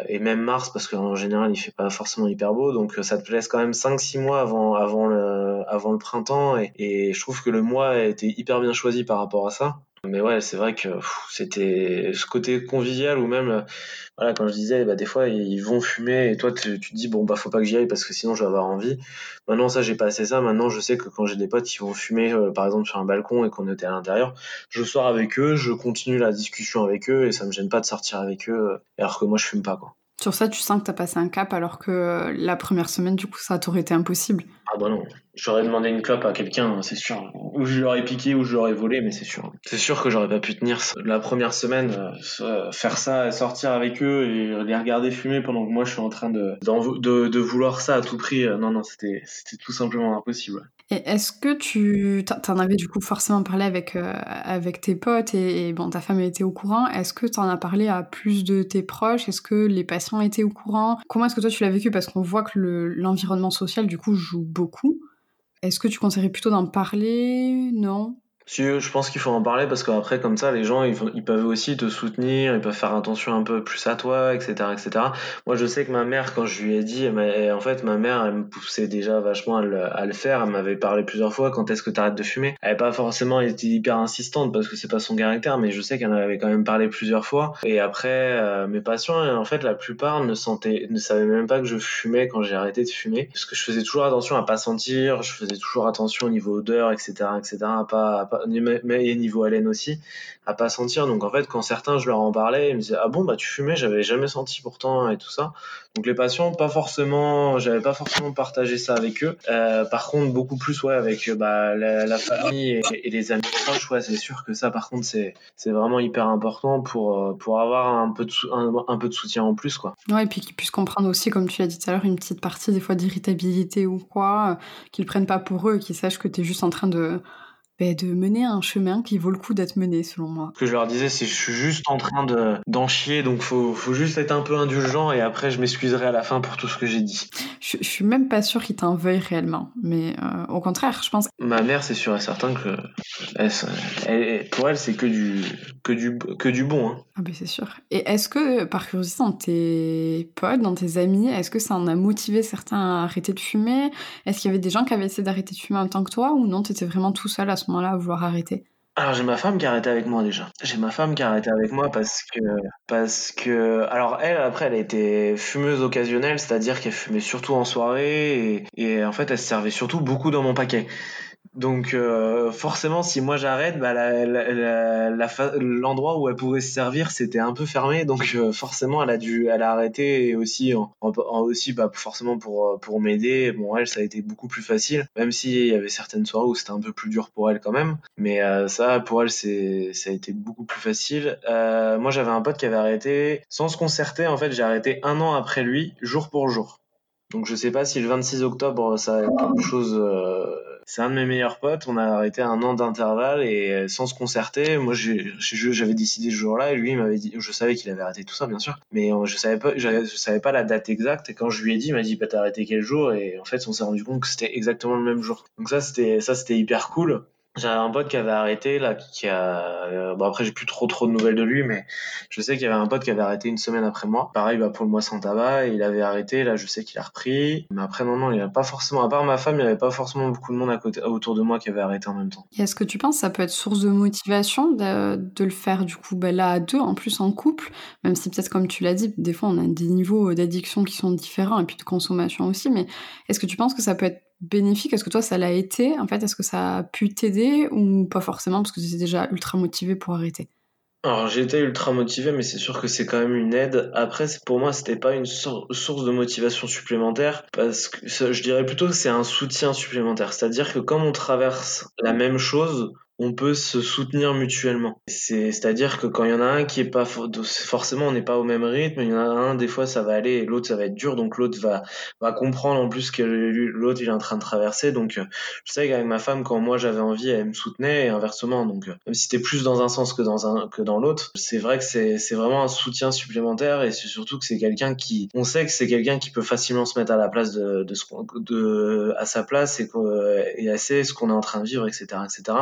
et même mars, parce qu'en général, il fait pas forcément hyper beau. Donc, ça te laisse quand même cinq six mois avant, avant, le, avant le printemps. Et, et je trouve que le mois a été hyper bien choisi par rapport à ça. Mais ouais, c'est vrai que pff, c'était ce côté convivial ou même, voilà, quand je disais, bah, des fois, ils vont fumer et toi, tu, tu te dis, bon, bah, faut pas que j'y aille parce que sinon, je vais avoir envie. Maintenant, ça, j'ai passé ça. Maintenant, je sais que quand j'ai des potes qui vont fumer, euh, par exemple, sur un balcon et qu'on était à l'intérieur, je sors avec eux, je continue la discussion avec eux et ça me gêne pas de sortir avec eux, alors que moi, je fume pas, quoi. Sur ça, tu sens que t'as passé un cap alors que la première semaine, du coup, ça t'aurait été impossible. Ah bah non, j'aurais demandé une clope à quelqu'un, c'est sûr. Ou je l'aurais piqué ou je l'aurais volé, mais c'est sûr. C'est sûr que j'aurais pas pu tenir la première semaine, euh, faire ça, sortir avec eux et les regarder fumer pendant que moi je suis en train de, de, de vouloir ça à tout prix. Non, non, c'était, c'était tout simplement impossible. Et est-ce que tu t'en avais du coup forcément parlé avec, euh, avec tes potes et, et bon, ta femme était au courant. Est-ce que tu en as parlé à plus de tes proches? Est-ce que les patients étaient au courant? Comment est-ce que toi tu l'as vécu? Parce qu'on voit que le, l'environnement social du coup joue beaucoup. Est-ce que tu conseillerais plutôt d'en parler? Non? Si, je pense qu'il faut en parler parce qu'après, comme ça, les gens, ils, ils peuvent aussi te soutenir, ils peuvent faire attention un peu plus à toi, et cetera, et cetera. Moi, je sais que ma mère, quand je lui ai dit, mais en fait, ma mère, elle me poussait déjà vachement à le, à le faire. Elle m'avait parlé plusieurs fois, quand est-ce que t'arrêtes de fumer? Elle n'avait pas forcément été hyper insistante parce que c'est pas son caractère, mais je sais qu'elle en avait quand même parlé plusieurs fois. Et après, euh, mes patients, en fait, la plupart ne sentaient, ne savaient même pas que je fumais quand j'ai arrêté de fumer. Parce que je faisais toujours attention à pas sentir, je faisais toujours attention au niveau odeur, et cetera, et cetera, à pas, à pas mais niveau haleine aussi, à pas sentir. Donc en fait, quand certains, je leur en parlais, ils me disaient, ah bon, bah tu fumais, j'avais jamais senti pourtant, et tout ça. Donc les patients, pas forcément, j'avais pas forcément partagé ça avec eux. Euh, par contre, beaucoup plus, ouais, avec bah, la, la famille et, et les amis proches, ouais, c'est sûr que ça, par contre, c'est, c'est vraiment hyper important pour, pour avoir un peu de, sou- un, un peu de soutien en plus, quoi. Ouais, et puis qu'ils puissent comprendre aussi, comme tu l'as dit tout à l'heure, une petite partie des fois d'irritabilité ou quoi, euh, qu'ils prennent pas pour eux et qu'ils sachent que t'es juste en train de bah, de mener un chemin qui vaut le coup d'être mené, selon moi. Ce que je leur disais, c'est que je suis juste en train de, d'en chier, donc faut, faut juste être un peu indulgent et après je m'excuserai à la fin pour tout ce que j'ai dit. Je, je suis même pas sûre qu'ils t'en veuillent réellement, mais euh, au contraire, je pense... Ma mère, c'est sûr et certain que elle, elle, pour elle, c'est que du, que du, que du bon. Hein. Ah ben c'est sûr. Et est-ce que, par curiosité, dans tes potes, dans tes amis, est-ce que ça en a motivé certains à arrêter de fumer? Est-ce qu'il y avait des gens qui avaient essayé d'arrêter de fumer en même temps que toi, ou non, t'étais vraiment tout seul à ce moment-là à vouloir arrêter? Alors j'ai ma femme qui a arrêté avec moi déjà. J'ai ma femme qui a arrêté avec moi parce que parce que alors elle après elle a été fumeuse occasionnelle, c'est-à-dire qu'elle fumait surtout en soirée et, et en fait elle se servait surtout beaucoup dans mon paquet. Donc euh, forcément, si moi j'arrête, bah, la, la, la, la fa- l'endroit où elle pouvait se servir, c'était un peu fermé. Donc euh, forcément, elle a dû, elle a arrêté et aussi, en, en- en- aussi, bah, forcément pour pour m'aider. Bon, elle, ça a été beaucoup plus facile, même s'il y avait certaines soirées où c'était un peu plus dur pour elle quand même. Mais euh, ça, pour elle, c'est, ça a été beaucoup plus facile. Euh, moi, j'avais un pote qui avait arrêté sans se concerter. En fait, j'ai arrêté un an après lui, jour pour jour. Donc je sais pas si le vingt-six octobre ça a quelque chose. Euh, C'est un de mes meilleurs potes. On a arrêté un an d'intervalle et euh, sans se concerter. Moi j'ai, j'ai- j'avais décidé ce jour-là et lui il m'avait dit. Je savais qu'il avait arrêté tout ça bien sûr, mais euh, je savais pas. Je, je savais pas la date exacte. Et quand je lui ai dit, il m'a dit bah t'as arrêté quel jour? Et en fait on s'est rendu compte que c'était exactement le même jour. Donc ça c'était ça c'était hyper cool. J'avais un pote qui avait arrêté là, qui a. euh, Bon après j'ai plus trop trop de nouvelles de lui, mais je sais qu'il y avait un pote qui avait arrêté une semaine après moi. Pareil bah pour le mois sans tabac, il avait arrêté. Là je sais qu'il a repris, mais après non non il y a pas forcément. À part ma femme, il y avait pas forcément beaucoup de monde à côté autour de moi qui avait arrêté en même temps. Et est-ce que tu penses que ça peut être source de motivation de, de le faire du coup bah, là à deux, en plus en couple, même si peut-être comme tu l'as dit, des fois on a des niveaux d'addiction qui sont différents et puis de consommation aussi, mais est-ce que tu penses que ça peut être bénéfique? Est-ce que toi ça l'a été en fait? Est-ce que ça a pu t'aider ou pas forcément parce que tu étais déjà ultra motivé pour arrêter? Alors j'étais ultra motivé, mais c'est sûr que c'est quand même une aide. Après, c'est- pour moi, c'était pas une sour- source de motivation supplémentaire, parce que ça- je dirais plutôt que c'est un soutien supplémentaire. C'est-à-dire que comme on traverse la même chose, on peut se soutenir mutuellement. C'est, c'est-à-dire que quand il y en a un qui est pas for- forcément, on n'est pas au même rythme. Il y en a un, des fois, ça va aller, et l'autre, ça va être dur. Donc l'autre va va comprendre en plus que lui- l'autre il est en train de traverser. Donc euh, je sais qu'avec ma femme, quand moi j'avais envie, elle me soutenait et inversement. Donc euh, même si c'était plus dans un sens que dans un que dans l'autre, c'est vrai que c'est c'est vraiment un soutien supplémentaire et c'est surtout que c'est quelqu'un qui, on sait que c'est quelqu'un qui peut facilement se mettre à la place de de ce qu'on- de à sa place et qu'on- et elle sait ce qu'on est en train de vivre, et cetera, et cetera.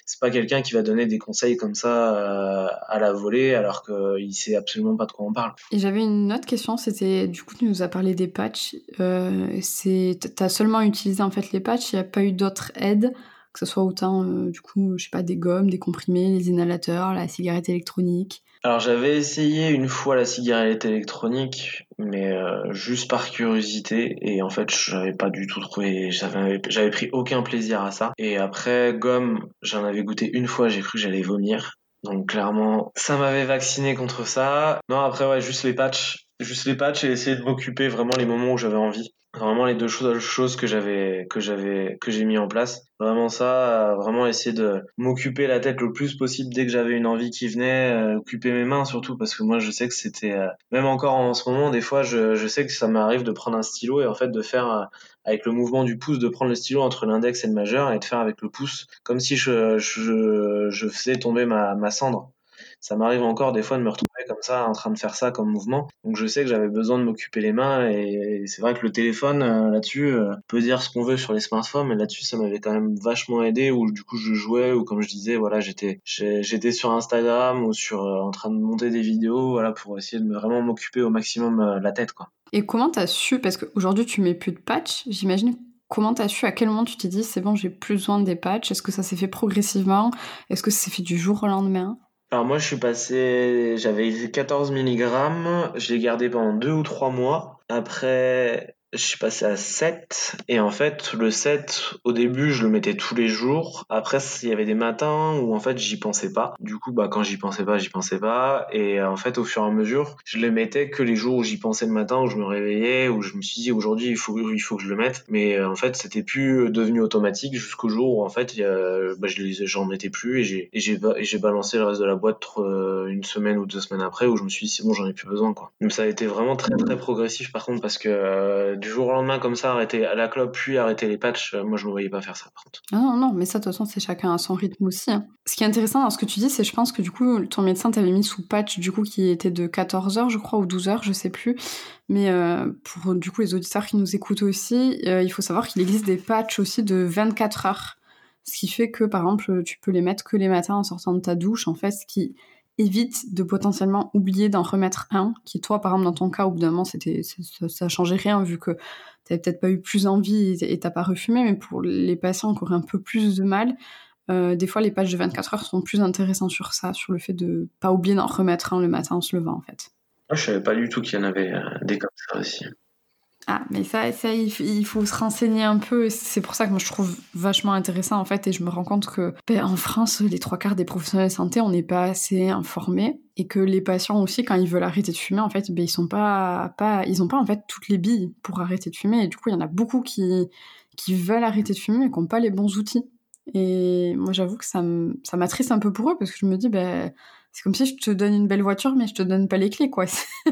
c'est pas quelqu'un qui va donner des conseils comme ça euh, à la volée alors qu'il sait absolument pas de quoi on parle. Et j'avais une autre question, c'était du coup tu nous as parlé des patchs, euh, c'est t'as seulement utilisé en fait les patchs, il n'y a pas eu d'autres aides, que ce soit autant euh, du coup je sais pas des gommes, des comprimés, les inhalateurs, la cigarette électronique. Alors j'avais essayé une fois la cigarette électronique, mais euh, juste par curiosité, et en fait j'avais pas du tout trouvé, j'avais j'avais pris aucun plaisir à ça. Et après gomme, j'en avais goûté une fois, j'ai cru que j'allais vomir. Donc clairement, ça m'avait vacciné contre ça. Non, après ouais, juste les patchs, juste les patchs et essayer de m'occuper vraiment les moments où j'avais envie. Vraiment les deux choses, choses que j'avais que j'avais que j'ai mis en place. Vraiment ça, euh, vraiment essayer de m'occuper la tête le plus possible dès que j'avais une envie qui venait, euh, occuper mes mains surtout parce que moi je sais que c'était euh, même encore en ce moment des fois je je sais que ça m'arrive de prendre un stylo et en fait de faire euh, avec le mouvement du pouce de prendre le stylo entre l'index et le majeur et de faire avec le pouce comme si je je je faisais tomber ma ma cendre. Ça m'arrive encore des fois de me retrouver comme ça en train de faire ça comme mouvement. Donc je sais que j'avais besoin de m'occuper les mains et, et c'est vrai que le téléphone euh, là-dessus euh, on peut dire ce qu'on veut sur les smartphones mais là-dessus ça m'avait quand même vachement aidé où du coup je jouais ou comme je disais voilà j'étais j'ai- j'étais sur Instagram ou sur euh, en train de monter des vidéos voilà pour essayer de me, vraiment m'occuper au maximum euh, la tête quoi. Et comment t'as su, parce qu'aujourd'hui tu mets plus de patchs, j'imagine, comment t'as su, à quel moment tu t'es dit c'est bon j'ai plus besoin des patchs, est-ce que ça s'est fait progressivement, est-ce que ça s'est fait du jour au lendemain? Alors moi je suis passé j'avais quatorze milligrammes, je l'ai gardé pendant deux ou trois mois. Après je suis passé à sept et en fait le sept au début je le mettais tous les jours. Après il y avait des matins où en fait j'y pensais pas. Du coup bah quand j'y pensais pas j'y pensais pas et en fait au fur et à mesure je le mettais que les jours où j'y pensais le matin où je me réveillais où je me suis dit aujourd'hui il faut il faut que je le mette. Mais euh, en fait c'était plus devenu automatique jusqu'au jour où en fait il y a- bah, je les j'en mettais plus et j'ai et j'ai ba- et j'ai balancé le reste de la boîte euh, une semaine ou deux semaines après où je me suis dit c'est bon j'en ai plus besoin quoi. Donc ça a été vraiment très très progressif par contre parce que euh, du jour au lendemain comme ça arrêter à la clope puis arrêter les patchs, euh, moi je me voyais pas faire ça par contre. Ah non, non, mais ça, de toute façon, c'est chacun à son rythme aussi, hein. Ce qui est intéressant dans ce que tu dis, c'est je pense que du coup, ton médecin t'avait mis sous patch, du coup, qui était de quatorze heures, je crois, ou douze heures, je sais plus. Mais euh, pour du coup les auditeurs qui nous écoutent aussi, euh, il faut savoir qu'il existe des patchs aussi de vingt-quatre heures. Ce qui fait que, par exemple, tu peux les mettre que les matins en sortant de ta douche, en fait, ce qui évite de potentiellement oublier d'en remettre un, qui toi, par exemple, dans ton cas, au bout d'un moment, c'était, ça, ça changeait rien, vu que t'avais peut-être pas eu plus envie et t'as pas refumé, mais pour les patients qui auraient un peu plus de mal, euh, des fois, les patchs de vingt-quatre heures sont plus intéressants sur ça, sur le fait de pas oublier d'en remettre un le matin en se levant, en fait. Moi je savais pas du tout qu'il y en avait euh, des comme ça aussi. Ah, mais ça, ça il, f- il faut se renseigner un peu. Et c'est pour ça que moi je trouve vachement intéressant en fait. Et je me rends compte que ben, en France, les trois quarts des professionnels de santé, on n'est pas assez informés. Et que les patients aussi, quand ils veulent arrêter de fumer, en fait, ben, ils sont pas, pas, ils ont pas en fait toutes les billes pour arrêter de fumer. Et du coup, il y en a beaucoup qui, qui veulent arrêter de fumer mais qui n'ont pas les bons outils. Et moi, j'avoue que ça m- ça m'attriste un peu pour eux parce que je me dis, ben, c'est comme si je te donne une belle voiture mais je te donne pas les clés, quoi.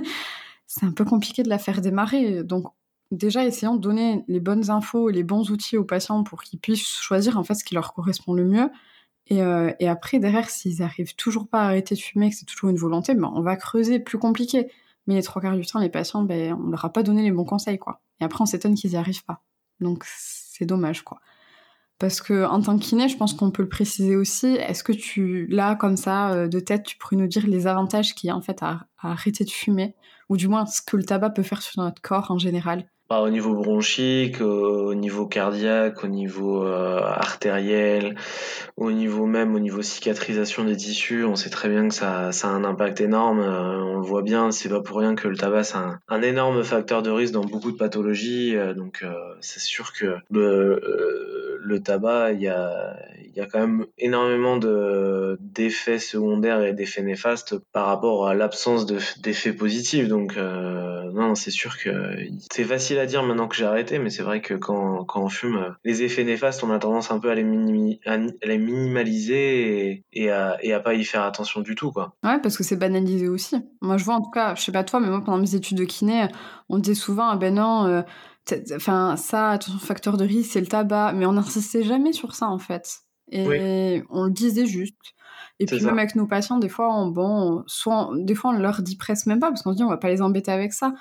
C'est un peu compliqué de la faire démarrer. Donc, déjà, essayons de donner les bonnes infos et les bons outils aux patients pour qu'ils puissent choisir en fait ce qui leur correspond le mieux. Et, euh, et après, derrière, s'ils arrivent toujours pas à arrêter de fumer, que c'est toujours une volonté, ben, on va creuser, plus compliqué. Mais les trois quarts du temps, les patients, ben, on leur a pas donné les bons conseils, quoi. Et après, on s'étonne qu'ils y arrivent pas. Donc, c'est dommage, quoi. Parce que en tant que kiné, je pense qu'on peut le préciser aussi. Est-ce que tu, là, comme ça, euh, de tête, tu pourrais nous dire les avantages qu'il y a en fait à, à arrêter de fumer, ou du moins ce que le tabac peut faire sur notre corps en général? Bah, au niveau bronchique, au niveau cardiaque, au niveau euh, artériel, au niveau même, au niveau cicatrisation des tissus, on sait très bien que ça, ça a un impact énorme. Euh, on le voit bien, c'est pas pour rien que le tabac c'est un, un énorme facteur de risque dans beaucoup de pathologies. Euh, donc euh, c'est sûr que le, euh, le tabac, il y a, il y a quand même énormément de d'effets secondaires et d'effets néfastes par rapport à l'absence de, d'effets positifs. Donc euh, non, c'est sûr que c'est facile à dire maintenant que j'ai arrêté, mais c'est vrai que quand, quand on fume, euh, les effets néfastes, on a tendance un peu à les, minimi- à ni- à les minimaliser et, et, à, et à pas y faire attention du tout, quoi. Ouais, parce que c'est banalisé aussi. Moi, je vois en tout cas, je sais pas toi, mais moi, pendant mes études de kiné, on disait souvent, ah ben non, euh, t'as- enfin, ça, ton facteur de risque, c'est le tabac. Mais on n'insistait jamais sur ça, en fait. Oui, Et on le disait juste. Et c'est puis ça. même avec nos patients, des fois, on, bon, soit, on- des fois, on leur dit presque même pas, parce qu'on se dit, on va pas les embêter avec ça.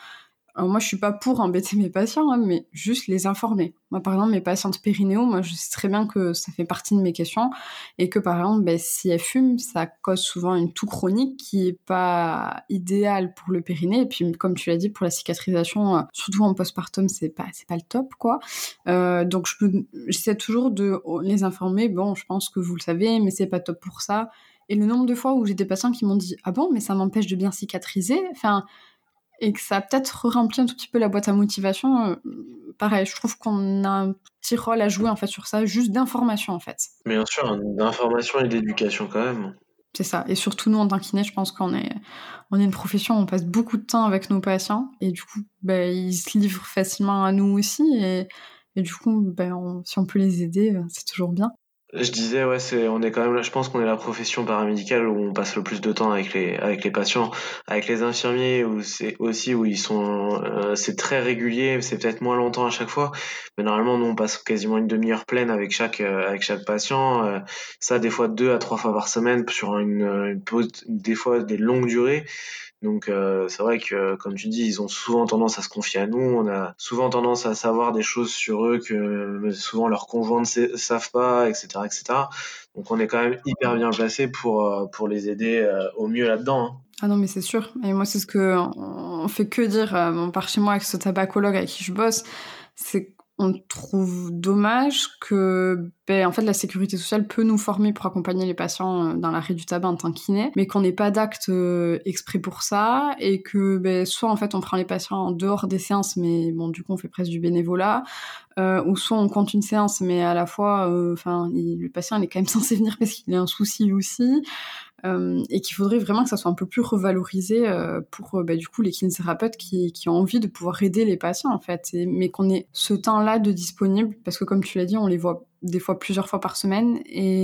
Alors moi, je suis pas pour embêter mes patients, hein, mais juste les informer. Moi, par exemple, mes patientes périnéo, moi, je sais très bien que ça fait partie de mes questions et que, par exemple, ben, si elles fument, ça cause souvent une toux chronique qui est pas idéale pour le périnée. Et puis, comme tu l'as dit, pour la cicatrisation, euh, surtout en postpartum, c'est pas, c'est pas le top, quoi. Euh, donc, je peux, j'essaie toujours de les informer. Bon, je pense que vous le savez, mais c'est pas top pour ça. Et le nombre de fois où j'ai des patients qui m'ont dit « Ah bon, mais ça m'empêche de bien cicatriser ?» Enfin, et que ça a peut-être rempli un tout petit peu la boîte à motivation. Euh, pareil, je trouve qu'on a un petit rôle à jouer en fait sur ça, juste d'information en fait. Bien sûr, d'information et d'éducation quand même. C'est ça. Et surtout nous en tant que kiné, je pense qu'on est, on est une profession où on passe beaucoup de temps avec nos patients et du coup, bah, ils se livrent facilement à nous aussi et, et du coup, bah, on, si on peut les aider, c'est toujours bien. Je disais, ouais, c'est, on est quand même là, je pense qu'on est la profession paramédicale où on passe le plus de temps avec les, avec les patients, avec les infirmiers, où c'est aussi où ils sont, euh, c'est très régulier, c'est peut-être moins longtemps à chaque fois, mais normalement, nous, on passe quasiment une demi-heure pleine avec chaque, euh, avec chaque patient, euh, ça, des fois deux à trois fois par semaine sur une, une pause, des fois des longues durées. Donc euh, c'est vrai que, comme tu dis, ils ont souvent tendance à se confier à nous. On a souvent tendance à savoir des choses sur eux que euh, souvent leurs conjoints ne savent pas, et cetera, et cetera. Donc on est quand même hyper bien placé pour euh, pour les aider euh, au mieux là-dedans. Hein. Ah non mais c'est sûr. Et moi c'est ce que on fait que dire euh, bon, par chez moi avec ce tabacologue avec qui je bosse, c'est on trouve dommage que ben, en fait, la sécurité sociale peut nous former pour accompagner les patients dans l'arrêt du tabac en tant que kiné, mais qu'on n'ait pas d'acte euh, exprès pour ça et que ben, soit en fait on prend les patients en dehors des séances, mais bon du coup on fait presque du bénévolat, euh, ou soit on compte une séance, mais à la fois, enfin euh, le patient il est quand même censé venir parce qu'il a un souci aussi. Euh, et qu'il faudrait vraiment que ça soit un peu plus revalorisé euh, pour euh, bah, du coup les kinésithérapeutes qui, qui ont envie de pouvoir aider les patients en fait, et, mais qu'on ait ce temps-là de disponible parce que comme tu l'as dit, on les voit des fois plusieurs fois par semaine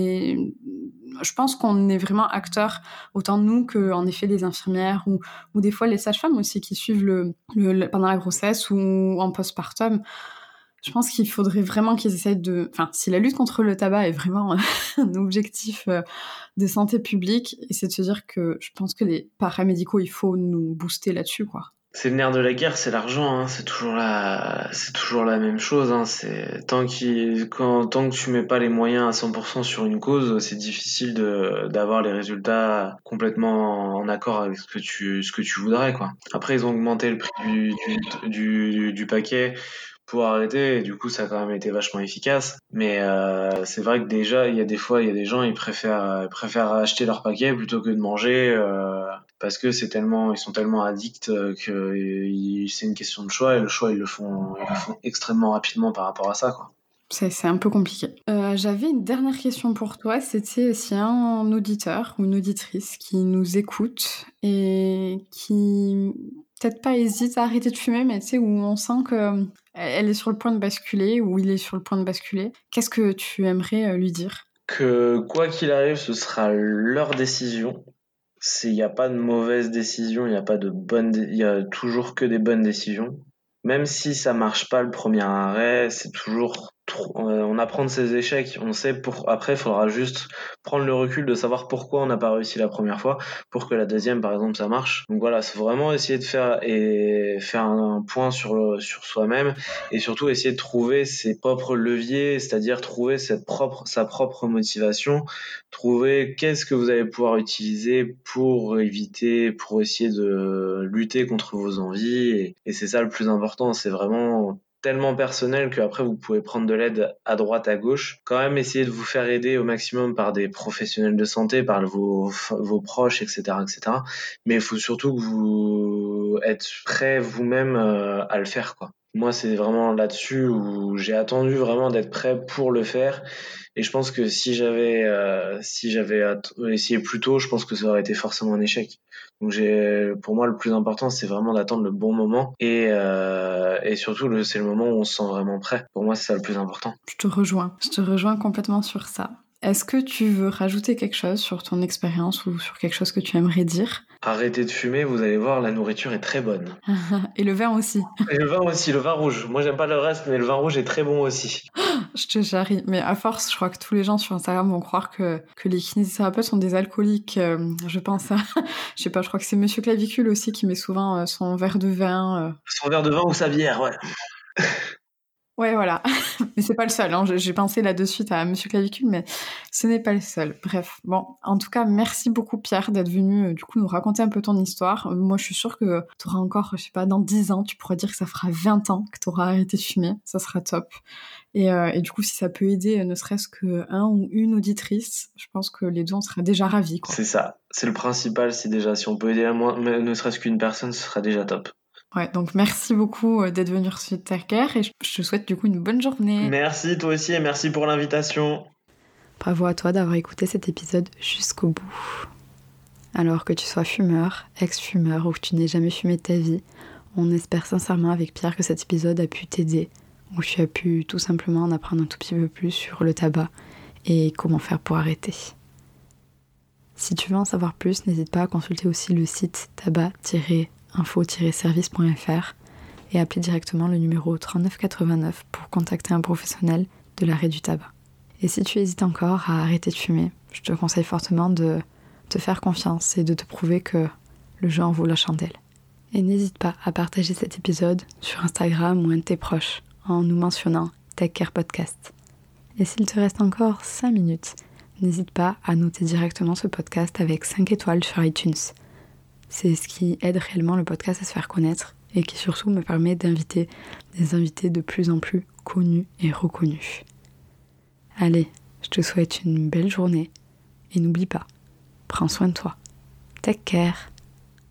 et je pense qu'on est vraiment acteurs, autant nous que en effet les infirmières ou, ou des fois les sages-femmes aussi qui suivent le, le, le pendant la grossesse ou en postpartum. Je pense qu'il faudrait vraiment qu'ils essayent de... Enfin, si la lutte contre le tabac est vraiment un objectif de santé publique, et c'est de se dire que je pense que les paramédicaux, il faut nous booster là-dessus, quoi. C'est le nerf de la guerre, c'est l'argent. Hein. C'est toujours la, c'est toujours la même chose. Hein. C'est tant qu'il, quand, tant que tu mets pas les moyens à cent pour cent sur une cause, c'est difficile de d'avoir les résultats complètement en accord avec ce que tu, ce que tu voudrais, quoi. Après, ils ont augmenté le prix du, du, du, du paquet pour arrêter et du coup ça a quand même été vachement efficace, mais euh, c'est vrai que déjà il y a des fois il y a des gens ils préfèrent ils préfèrent acheter leur paquet plutôt que de manger euh, parce que c'est tellement ils sont tellement addicts euh, que ils, c'est une question de choix et le choix ils le font ils le font extrêmement rapidement par rapport à ça, quoi. C'est, c'est un peu compliqué. Euh, j'avais une dernière question pour toi, c'était s'il y a un auditeur ou une auditrice qui nous écoute et qui peut-être pas hésite à arrêter de fumer, mais tu sais, où on sent qu'elle est sur le point de basculer, ou il est sur le point de basculer, qu'est-ce que tu aimerais lui dire ? Que quoi qu'il arrive, ce sera leur décision. Il n'y a pas de mauvaise décision, il n'y a pas de bonne, il y a toujours que des bonnes décisions. Même si ça marche pas le premier arrêt, c'est toujours trop, on apprend de ses échecs, on sait pour, après, il faudra juste prendre le recul de savoir pourquoi on n'a pas réussi la première fois pour que la deuxième, par exemple, ça marche. Donc voilà, c'est vraiment essayer de faire, et faire un point sur le, sur soi-même et surtout essayer de trouver ses propres leviers, c'est-à-dire trouver cette propre, sa propre motivation, trouver qu'est-ce que vous allez pouvoir utiliser pour éviter, pour essayer de lutter contre vos envies et, et c'est ça le plus important, c'est vraiment tellement personnel qu'après vous pouvez prendre de l'aide à droite, à gauche. Quand même essayer de vous faire aider au maximum par des professionnels de santé, par vos, vos proches, et cetera, et cetera. Mais il faut surtout que vous êtes prêt vous-même à le faire, quoi. Moi, c'est vraiment là-dessus où j'ai attendu vraiment d'être prêt pour le faire. Et je pense que si j'avais, euh, si j'avais essayé plus tôt, je pense que ça aurait été forcément un échec. Donc j'ai, pour moi, le plus important, c'est vraiment d'attendre le bon moment et euh, et surtout, le, c'est le moment où on se sent vraiment prêt. Pour moi, c'est ça le plus important. Je te rejoins. Je te rejoins complètement sur ça. Est-ce que tu veux rajouter quelque chose sur ton expérience ou sur quelque chose que tu aimerais dire ? Arrêtez de fumer, vous allez voir, la nourriture est très bonne. Et le vin aussi. Et le vin aussi, le vin rouge. Moi, j'aime pas le reste, mais le vin rouge est très bon aussi. Je te charrie. Mais à force, je crois que tous les gens sur Instagram vont croire que, que les kinésithérapeutes sont des alcooliques. Euh, je pense à... Je sais pas, je crois que c'est Monsieur Clavicule aussi qui met souvent euh, son verre de vin. Euh... Son verre de vin ou sa bière, ouais. Ouais, voilà. Mais c'est pas le seul. Hein. J'ai pensé là de suite à Monsieur Clavicule, mais ce n'est pas le seul. Bref, bon. En tout cas, merci beaucoup Pierre d'être venu euh, du coup nous raconter un peu ton histoire. Euh, moi, je suis sûre que tu auras encore, je sais pas, dans dix ans, tu pourras dire que ça fera vingt ans que tu auras arrêté de fumer. Ça sera top. Et, euh, et du coup, si ça peut aider, euh, ne serait-ce qu'un ou une auditrice, je pense que les deux, on serait déjà ravis. Quoi. C'est ça. C'est le principal. C'est déjà, si on peut aider à moins, ne serait-ce qu'une personne, ce sera déjà top. Ouais, donc merci beaucoup d'être venu sur Taker et je te souhaite du coup une bonne journée. Merci toi aussi et merci pour l'invitation. Bravo à toi d'avoir écouté cet épisode jusqu'au bout. Alors que tu sois fumeur, ex-fumeur ou que tu n'aies jamais fumé de ta vie, on espère sincèrement avec Pierre que cet épisode a pu t'aider, ou tu as pu tout simplement en apprendre un tout petit peu plus sur le tabac et comment faire pour arrêter. Si tu veux en savoir plus, n'hésite pas à consulter aussi le site tabac info service point f r et appeler directement le numéro trente-neuf quatre-vingt-neuf pour contacter un professionnel de l'arrêt du tabac. Et si tu hésites encore à arrêter de fumer, je te conseille fortement de te faire confiance et de te prouver que le jeu en vaut la chandelle. Et n'hésite pas à partager cet épisode sur Instagram ou un de tes proches en nous mentionnant TechCare Podcast. Et s'il te reste encore cinq minutes, n'hésite pas à noter directement ce podcast avec cinq étoiles sur iTunes. C'est ce qui aide réellement le podcast à se faire connaître et qui surtout me permet d'inviter des invités de plus en plus connus et reconnus. Allez, je te souhaite une belle journée et n'oublie pas, prends soin de toi. Take care.